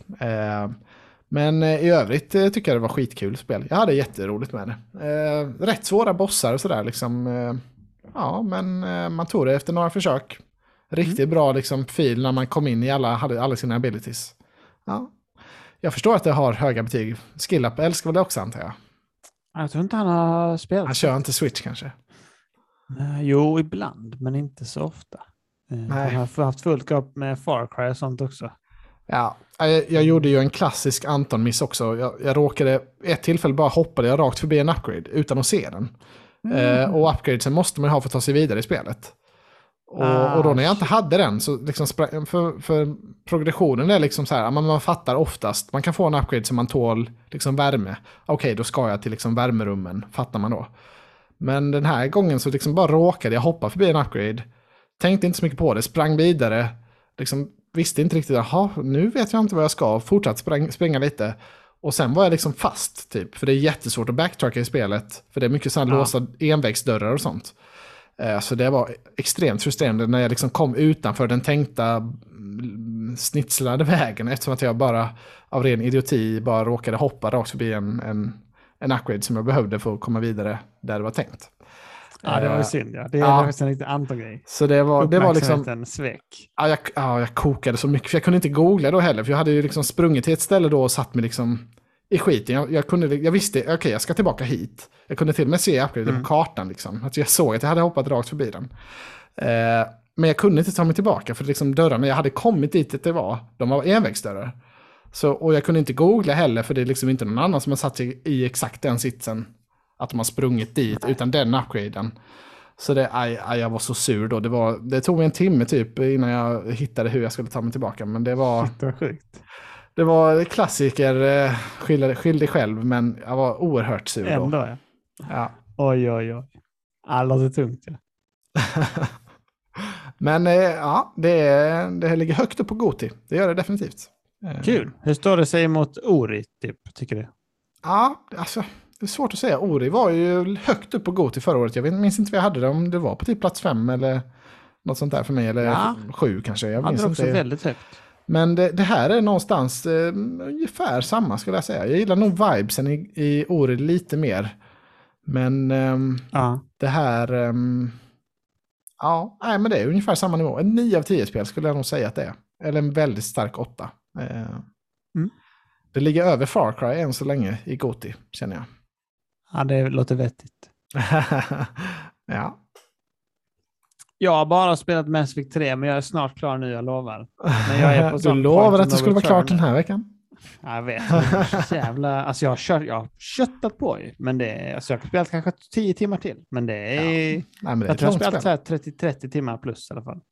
Men i övrigt tycker jag det var skitkul spel. Jag hade jätteroligt med det. Rätt svåra bossar och sådär liksom. Men man tog det efter några försök. Riktigt bra liksom fil när man kom in i alla sina abilities. Ja. Jag förstår att det har höga betyg. Skill-Up älskar väl det också, antar jag. Jag tror inte han har spelat. Han kör inte Switch kanske? Jo, ibland, men inte så ofta. Han har haft fullt upp med Far Cry och sånt också. Ja, jag gjorde ju en klassisk Anton-miss också. Jag råkade ett tillfälle bara hoppade jag rakt förbi en upgrade utan att se den. Och upgradesen måste man ha för att ta sig vidare i spelet. Och då när jag inte hade den så liksom för progressionen är liksom så här, man fattar oftast, man kan få en upgrade som man tål liksom värme. Okej, då ska jag till liksom värmerummen, fattar man då. Men den här gången så liksom bara råkade jag hoppa förbi en upgrade. Tänkte inte så mycket på det, sprang vidare. Liksom visste inte riktigt, nu vet jag inte vad jag ska. Fortsatt springa lite. Och sen var jag liksom fast typ, för det är jättesvårt att backtracka i spelet. För det är mycket sådana låsta envägsdörrar och sånt. Så det var extremt frustrerande när jag liksom kom utanför den tänkta snitslade vägen, eftersom att jag bara av ren idioti bara råkade hoppa rakt förbi en upgrade som jag behövde för att komma vidare där det var tänkt. Ja, det var ju synd. Ja. Det är en riktig Anton-grej. Så det var liksom en svek. Jag kokade så mycket, för jag kunde inte googla då heller, för jag hade ju liksom sprungit till ett ställe då och satt mig liksom i skiten. Jag visste, okej, jag ska tillbaka hit. Jag kunde till och med se upgrade på kartan liksom. Att jag såg att jag hade hoppat rakt förbi den. Men jag kunde inte ta mig tillbaka, för liksom dörrarna jag hade kommit dit de var envägsdörrar. Och jag kunde inte googla heller, för det är liksom inte någon annan som har satt sig i exakt den sitsen att de har sprungit dit utan den upgraden. Så jag var så sur då. Det tog mig en timme typ innan jag hittade hur jag skulle ta mig tillbaka, men det var sjukt. Det var klassiker, skyll dig själv, men jag var oerhört sur då. Ändå, ja. Oj. Alla är tungt, ja. Men det ligger högt upp på Goti. Det gör det definitivt. Kul. Hur står det sig mot Ori, typ, tycker du? Ja, alltså, det är svårt att säga. Ori var ju högt upp på Goti förra året. Jag minns inte vad jag hade det, om det var på typ plats 5 eller något sånt där för mig, eller 7 kanske. Jag minns också inte. Väldigt högt. Men det här är någonstans ungefär samma, skulle jag säga. Jag gillar nog vibesen i Ori lite mer. Men det här... men det är ungefär samma nivå. En 9 av 10 spel skulle jag nog säga att det är. Eller en väldigt stark 8. Det ligger över Far Cry än så länge i Goti, känner jag. Ja, det låter vettigt. Ja. Jag har bara spelat Mass Effect 3, men jag är snart klar nu, jag lovar. Men jag är på Du lovar att det skulle vara klart den här veckan? Jag vet, det är så jävla... Alltså jag har köttat på ju, men det är... Alltså jag har spelat kanske 10 timmar till, men det är... Ja. Nej, men det är jag tror jag har spelat så här 30 timmar plus i alla fall.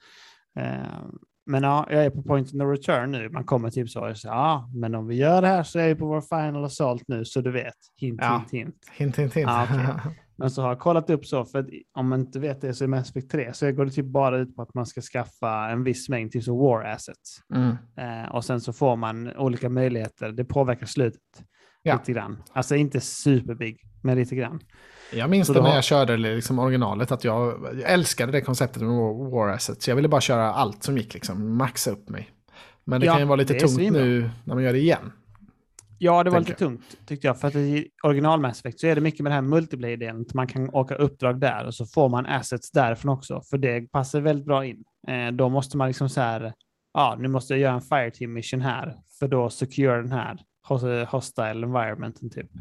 Men ja, jag är på point of no return nu. Man kommer typ så, ja, men om vi gör det här så är vi på vår final assault nu, så du vet. Hint, hint, hint. Hint, hint, hint. Okay. Men så har jag kollat upp så, för att om man inte vet det så är Mass Effect 3, så går det typ bara ut på att man ska skaffa en viss mängd typ så war assets. Och sen så får man olika möjligheter. Det påverkar slutet lite grann. Alltså inte superbig, men lite grann. Jag minns det när jag körde liksom originalet, att jag älskade det konceptet med war assets. Jag ville bara köra allt som gick, liksom maxa upp mig. Men det kan ju vara lite tungt nu när man gör det igen. Ja, det var lite tungt tyckte jag. För att i original Mass Effect så är det mycket med det här multiplayer-delen. Man kan åka uppdrag där och så får man assets därifrån också. För det passar väldigt bra in. Då måste man liksom så här, nu måste jag göra en fireteam mission här. För då secure den här hostile environmenten typ.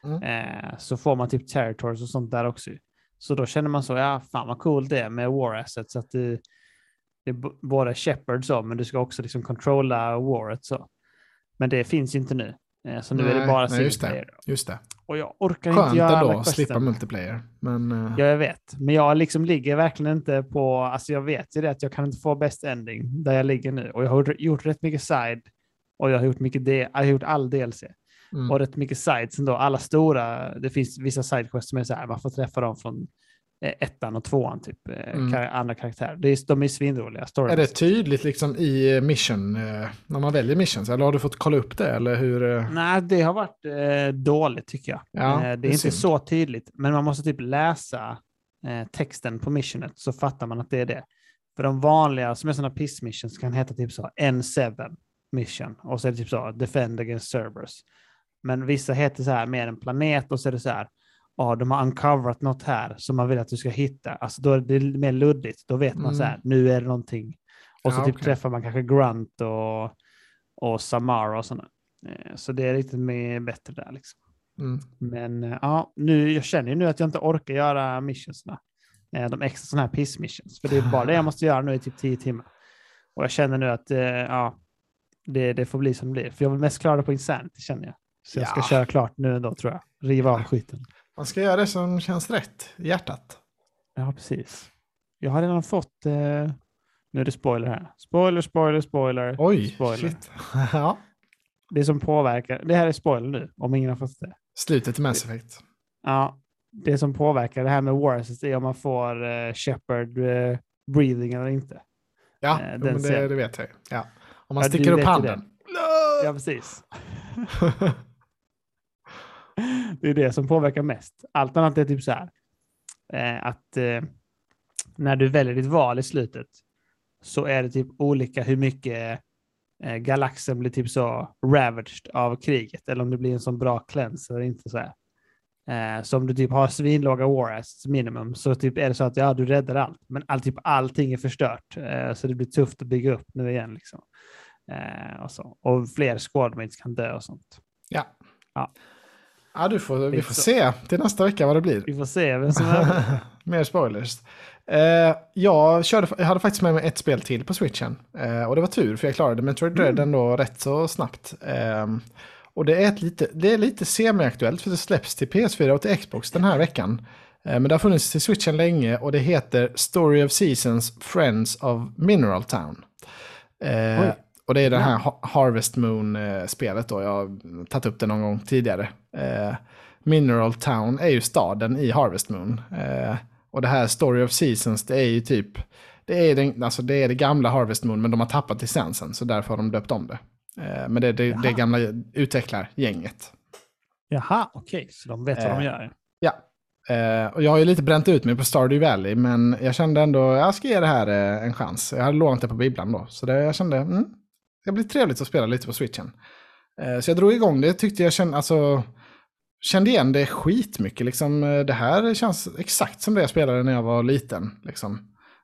Så får man typ territories och sånt där också. Så då känner man så, fan vad cool det är med war assets. Att det är både Shepard så, men du ska också liksom controlla waret så. Men det finns ju inte nu. Så nu är det bara single player. Just det. Och jag orkar inte göra alla questen. Slippa multiplayer. Men, Ja, jag vet. Men jag liksom ligger verkligen inte på... Alltså jag vet ju det att jag kan inte få best ending där jag ligger nu. Och jag har gjort rätt mycket side. Och jag har gjort jag har gjort all DLC. Och rätt mycket sides ändå. Alla stora... Det finns vissa sidequests som är så här. Man får träffa dem från 1:an och 2:an typ. Andra karaktärer. De är svinroliga. Är det tydligt liksom i mission när man väljer missions? Eller har du fått kolla upp det? Eller hur? Nej, det har varit dåligt tycker jag. Ja, det är inte så tydligt. Men man måste typ läsa texten på missionet så fattar man att det är det. För de vanliga som är sådana piss missions kan heta typ så N7 mission. Och så är det typ så Defend Against Cerberus. Men vissa heter så här mer en planet och så är det så här de har uncoverat något här som man vill att du ska hitta. Alltså då är det mer luddigt. Då vet man så här, nu är det någonting. Och så typ träffar man kanske Grunt och Samara och sådana. Så det är lite mer bättre där liksom. Men nu, jag känner ju nu att jag inte orkar göra missionsna. De extra sådana här piss missions. För det är bara det jag måste göra nu i typ 10 timmar. Och jag känner nu att det får bli som det blir. För jag vill mest klara det på Insanity känner jag. Så jag ska köra klart nu ändå tror jag. Riva av skiten. Man ska göra det som känns rätt i hjärtat. Ja, precis. Jag har redan fått... nu är det spoiler här. Spoiler. Oj, spoiler. Shit. Ja. Det som påverkar... Det här är spoiler nu, om ingen har fått det. Slutet i Mass Effect. Ja, det som påverkar det här med War Assets är om man får Shepard breathing eller inte. Ja, men det vet jag. Ja. Om man sticker upp handen. Ja, precis. Det är det som påverkar mest. Allt annat är typ så här. Att när du väljer ditt val i slutet så är det typ olika hur mycket galaxen blir typ så ravaged av kriget. Eller om det blir en sån bra cleanse eller inte så här. Så om du typ har svinlåga war assets minimum så typ är det så att du räddar allt. Men allting är förstört. Så det blir tufft att bygga upp nu igen liksom. Och fler squadmates kan dö och sånt. Ja. Ja, vi får se till nästa vecka vad det blir. Vi får se vem som är Mer spoilers. Jag hade faktiskt med mig ett spel till på Switchen. Och det var tur för jag klarade Metroid Dread ändå rätt så snabbt. Och det är lite semi-aktuellt för det släpps till PS4 och till Xbox den här veckan. Men det har funnits till Switchen länge och det heter Story of Seasons Friends of Mineral Town. Och det är det här Harvest Moon-spelet då. Jag har tagit upp det någon gång tidigare. Mineral Town är ju staden i Harvest Moon. Och det här Story of Seasons, det är ju typ... Det är det gamla Harvest Moon, men de har tappat licensen. Så därför har de döpt om det. Men det är det gamla utvecklargänget. Jaha, okej. Så de vet vad de gör. Ja. Och jag har ju lite bränt ut mig på Stardew Valley, men jag kände ändå jag ska ge det här en chans. Jag hade lånat det på bibblan då. Så jag kände... Det blir trevligt att spela lite på Switchen. Så jag drog igång det. Tyckte jag kände igen det skitmycket. Liksom, det här känns exakt som det jag spelade när jag var liten. Liksom.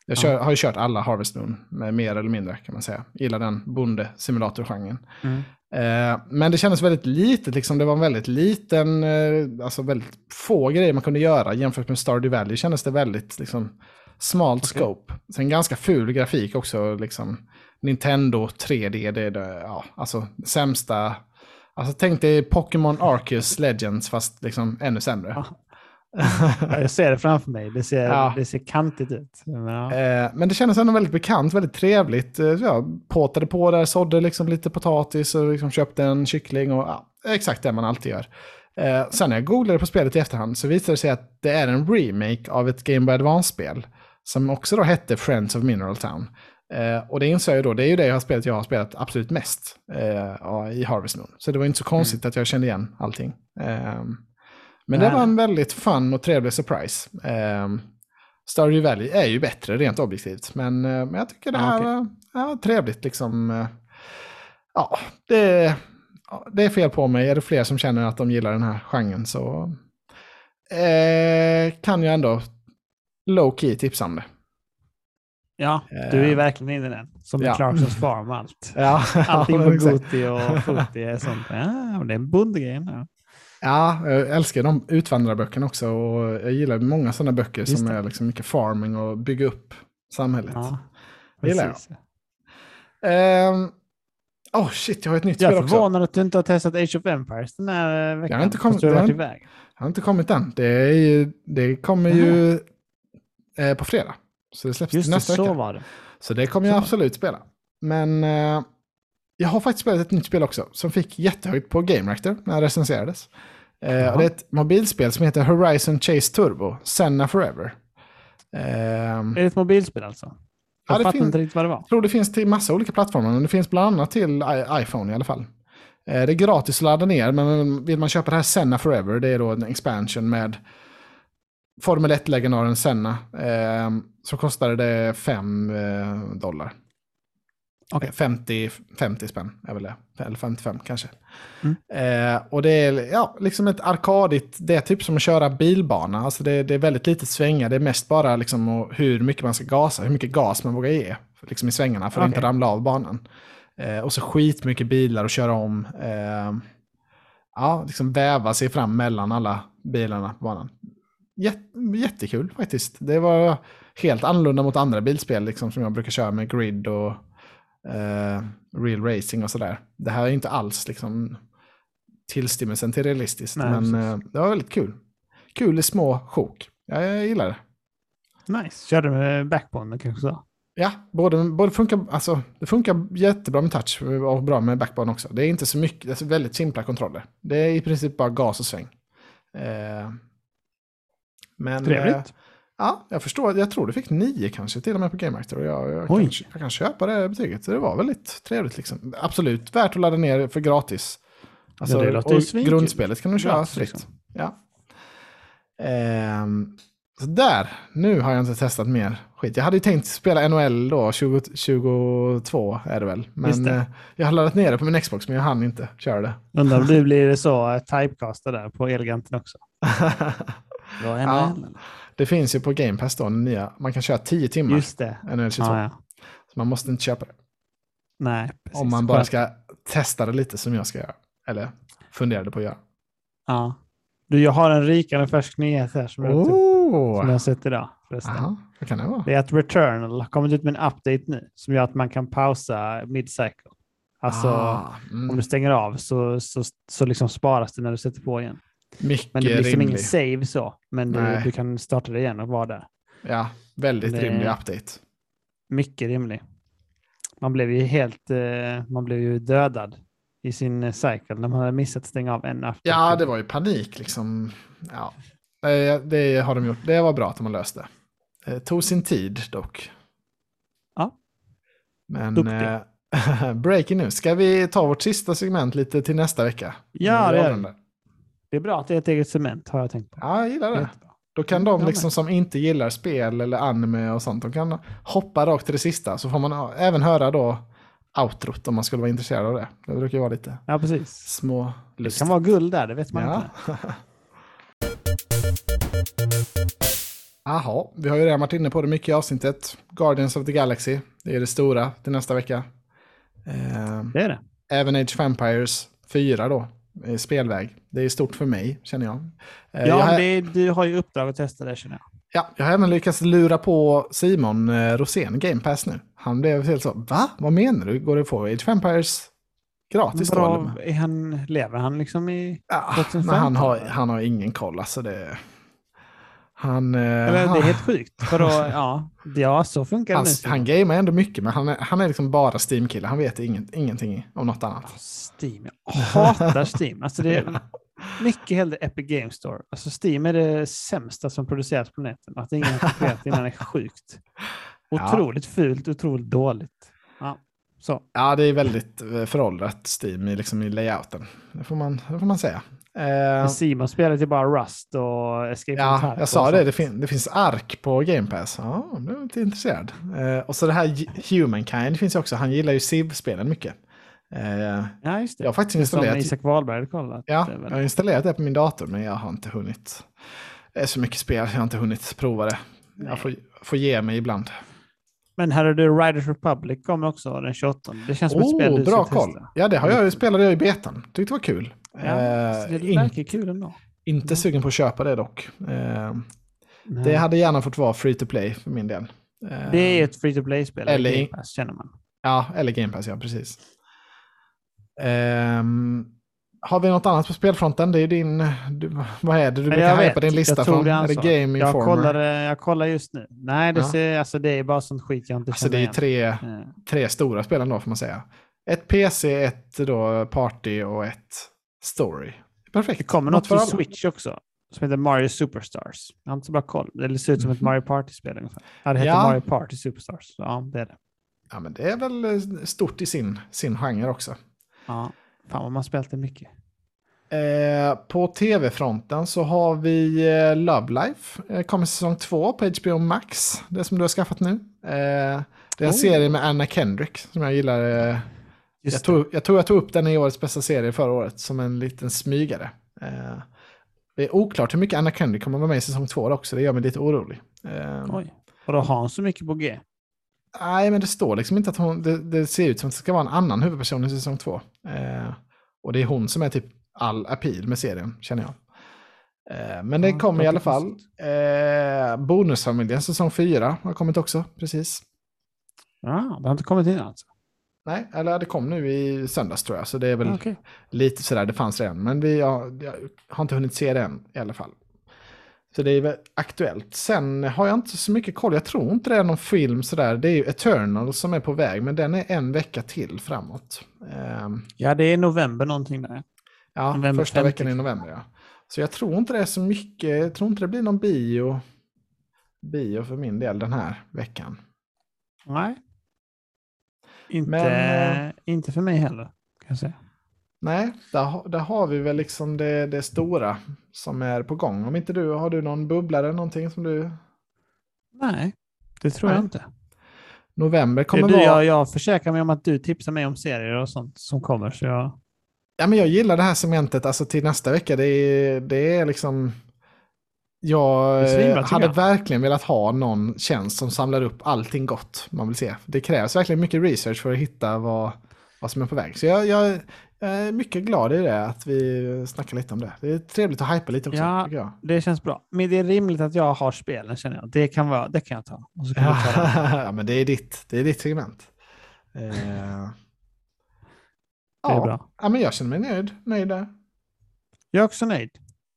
Jag har ju kört alla Harvest Moon, mer eller mindre kan man säga. Gillar den bonde-simulator-genren. Men det kändes väldigt litet, liksom. Det var en väldigt liten, alltså väldigt få grejer man kunde göra jämfört med Stardew Valley. Kändes det väldigt liksom smalt scope. Sen ganska ful grafik också, liksom. Nintendo 3D, det är alltså sämsta. Alltså tänk dig Pokémon Arceus Legends fast liksom ännu sämre. Jag ser det framför mig. Det ser kantigt ut. Men det kändes ändå väldigt bekant, väldigt trevligt. Jag påtade på där, sådde liksom lite potatis och liksom köpte en kyckling och exakt det man alltid gör. Sen när jag googlade på spelet i efterhand så visade det sig att det är en remake av ett Game Boy Advance-spel som också då hette Friends of Mineral Town. Och det inser jag då, det är ju det jag har spelat absolut mest i Harvest Moon. Så det var inte så konstigt att jag kände igen allting. Men det var en väldigt fun och trevlig surprise. Stardew Valley är ju bättre rent objektivt. Men jag tycker det här var trevligt. Liksom. Det är fel på mig. Är det fler som känner att de gillar den här genren så kan jag ändå low-key tipsa om det. Ja, du är verkligen inne i den. Som i Clarksons Farm och allt. Allting på Goti och Frutti är sånt. Ja, det är en bondgrej. Ja, jag älskar de utvandrarböckerna också. Och jag gillar många sådana böcker som är liksom mycket farming och bygga upp samhället. Ja, gillar jag. Shit, jag har ett nytt spel också. Jag är förvånad att du inte har testat Age of Empires den här veckan. Jag har inte kommit än. Det kommer ju på fredag. Så det släpps till nästa vecka. Var det. Så det kommer jag absolut spela. Men jag har faktiskt spelat ett nytt spel också som fick jättehögt på Game Reactor när det recenserades. Och det är ett mobilspel som heter Horizon Chase Turbo, Senna Forever. Är det ett mobilspel alltså? Jag fattar inte riktigt vad det var. Jag tror det finns till massa olika plattformar, men det finns bland annat till iPhone i alla fall. Det är gratis att ladda ner, men vill man köpa det här Senna Forever, det är då en expansion med Formel 1-legendaren Senna, så kostade det $5. Okay. 50 spänn är väl det. Eller 55 kanske. Och det är liksom ett arkadigt, det är typ som att köra bilbana. Alltså det är väldigt lite svängar. Det är mest bara liksom hur mycket man ska gasa, hur mycket gas man vågar ge liksom i svängarna för att inte ramla av banan. Och så skitmycket bilar att köra om. Liksom väva sig fram mellan alla bilarna på banan. Jättekul faktiskt. Det var helt annorlunda mot andra bilspel liksom, som jag brukar köra med Grid och Real Racing och sådär. Det här är inte alls liksom tillstimmelsen till realistiskt. Nej, men det var väldigt kul. Kul i små sjok. Jag gillar det. Nice. Körde du med backbone kanske så? Ja, både funkar, alltså, det funkar jättebra med touch och bra med backbone också. Det är inte så mycket, det är väldigt simpla kontroller. Det är i princip bara gas och sväng. Men trevligt. Jag förstår. Jag tror det fick 9 kanske till och med på Game Reactor. Och jag kan köpa det betyget. Så det var väldigt trevligt liksom. Absolut värt att ladda ner för gratis. Alltså, och grundspelet kan du köra fritt. Liksom. Ja. Så där. Nu har jag inte testat mer skit. Jag hade ju tänkt spela NHL då. 2022 är det väl. Men jag har laddat ner det på min Xbox, men jag hann inte köra det. Undrar om du blir så typecastad där på Elganten också. Det finns ju på Game Pass då, nya. Man kan köra 10 timmar. Just det. NHL 22. Så man måste inte köpa det. Nej, precis. Om man bara ska testa det lite som jag ska göra. Eller funderade på att göra. Ja. Jag har en rikare färsk nyhet här som jag har sett idag. Aha, vad kan det vara? Det är att Returnal har kommit ut med en update nu som gör att man kan pausa mid-cycle. Alltså om du stänger av så liksom sparas det när du sätter på igen. Mycket men det blir liksom ingen rimlig. save så. Men du kan starta det igen och vara där. Ja, väldigt rimlig update. Mycket rimlig. Man blev ju dödad i sin cycle när man hade missat att stänga av en update. Ja, det var ju panik liksom. Ja, det har de gjort. Det var bra att de har löst det. Det tog sin tid dock. Ja. Men breaking news. Ska vi ta vårt sista segment lite till nästa vecka? Ja, det är bra att det är ett eget segment, har jag tänkt på. Ja, jag gillar det. Då kan de liksom som inte gillar spel eller anime och sånt, de kan hoppa rakt till det sista. Så får man även höra då outrot om man skulle vara intresserad av det. Det brukar ju vara lite små lustigt. Det kan vara guld där, det vet man inte. Jaha, vi har ju redan varit inne på det mycket i avsnittet. Guardians of the Galaxy, det är det stora till nästa vecka. Det är det. Även Age of Empires 4 då, i spelväg. Det är stort för mig, känner jag. Du har ju uppdrag att testa det, känner jag. Ja, jag har även lyckats lura på Simon Rosén Game Pass nu. Han blev helt så, va? Vad menar du? Går det på Age of Empires gratis då? Lever han liksom i... Ja, men han har ingen koll, alltså det... Det är helt sjukt. För då, så funkar det nu. Han gamer ändå mycket, men han är liksom bara Steam-kille. Han vet ingenting om något annat. Steam, jag hatar Steam. Alltså det är mycket hellre Epic Games Store. Alltså Steam är det sämsta som produceras på nätet. Att ingen har kopierat innan är sjukt. Otroligt fult, otroligt dåligt. Ja, så. Ja, det är väldigt föråldrat Steam liksom i layouten. Det får man säga. Simon spelar ju bara Rust och Escape from Tarkov. Jag sa det. Det finns Ark på Game Pass. Ja, jag är lite intresserad. Och så det här Humankind finns ju också. Han gillar ju Civ-spelen mycket. Ja, just det. Jag har faktiskt installerat... Som Isak Wahlberg hade kollat. Ja, jag har installerat det på min dator, men jag har inte hunnit. Det är så mycket spel, jag har inte hunnit prova det. Jag får ge mig ibland. Men här är det Riders Republic kommer också den 28. Det känns som ett spel du bra ska koll. testa. Ja, det spelade jag i betan. Tyckte det var kul. Ja, det verkar kul ändå. Inte sugen på att köpa det dock. Det hade gärna fått vara free to play för min del. Det är ett free to play-spel. Eller Game Pass, känner man. Ja, eller Game Pass, ja, precis. Har vi något annat på spelfronten? Det är din... vad är det du brukar hypa din lista från? Är det Game Informer? Jag kollar just nu. Nej, det är bara sånt skit jag inte känner igen. Det är tre stora spel då, får man säga. Ett PC, ett då Party och ett Story. Perfekt. Det kommer något för Switch också, som heter Mario Superstars. Jag har inte så bra koll. Det ser ut som ett Mario Party-spel ungefär. Ja, det heter Mario Party Superstars. Så, ja, det är det. Ja, men det är väl stort i sin genre också. Ja, fan vad man spelat det mycket. På tv-fronten så har vi Love Life. Kommer säsong 2 på HBO Max. Det som du har skaffat nu. Det är en serie med Anna Kendrick som jag gillar. Jag tog upp den i årets bästa serie förra året som en liten smygare. Det är oklart hur mycket Anna Kendrick kommer vara med i säsong 2 också. Det gör mig lite orolig. Oj, och då har hon så mycket på G? Nej, men det står liksom inte att det ser ut som att det ska vara en annan huvudperson i säsong 2. Och det är hon som är typ all appeal med serien, känner jag. Men det kommer i alla fall. Bonusfamiljen säsong 4 har kommit också, precis. Ja, det har inte kommit in alltså. Nej, eller det kom nu i söndags tror jag. Så det är väl lite sådär, det fanns redan. Men jag har inte hunnit se det än i alla fall. Så det är väl aktuellt. Sen har jag inte så mycket koll. Jag tror inte det är någon film sådär. Det är ju Eternal som är på väg. Men den är en vecka till framåt. Ja, det är november någonting där. Ja, november första 50. Veckan i november, ja. Så jag tror inte det är så mycket. Jag tror inte det blir någon bio för min del den här veckan. Nej. Inte för mig heller, kan jag säga. Nej, där har vi väl liksom det stora som är på gång. Om inte har du någon bubblare, någonting som du... Nej, det tror jag inte. November kommer vara... Jag försäkrar mig om att du tipsar mig om serier och sånt som kommer, så jag... Ja, men jag gillar det här segmentet, alltså till nästa vecka. Det är liksom... Jag hade verkligen velat ha någon tjänst som samlar upp allting gott man vill se. Det krävs verkligen mycket research för att hitta vad som är på väg. Så jag är mycket glad i det, att vi snackar lite om det. Det är trevligt att hypa lite också, tycker jag. Det känns bra. Men det är rimligt att jag har spelen, känner jag. Det kan jag ta. Och så kan ja, men det är ditt segment. Det är bra. Ja, men jag känner mig nöjd där. Jag är också nöjd.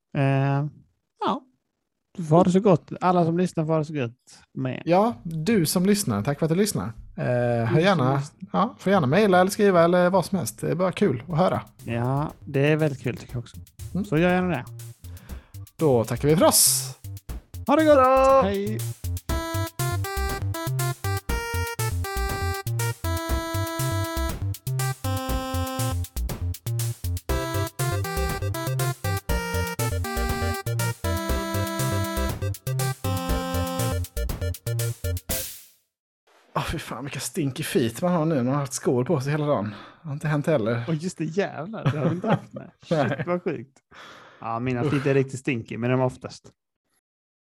Var det så gott. Alla som lyssnar var det så gott med. Ja, du som lyssnar. Tack för att du lyssnar. Får gärna mejla eller skriva eller vad som helst. Det är bara kul att höra. Ja, det är väldigt kul tycker jag också. Så gör gärna det. Då tackar vi för oss. Ha det gott. Bra. Hej. Fy fan, vilka stinky feet man har nu. Man har haft skor på sig hela dagen. Det har inte hänt heller. Och just det, jävlar. Det har vi inte haft med. Shit, vad sjukt. Ja, mina feet är riktigt stinky, men de är oftast.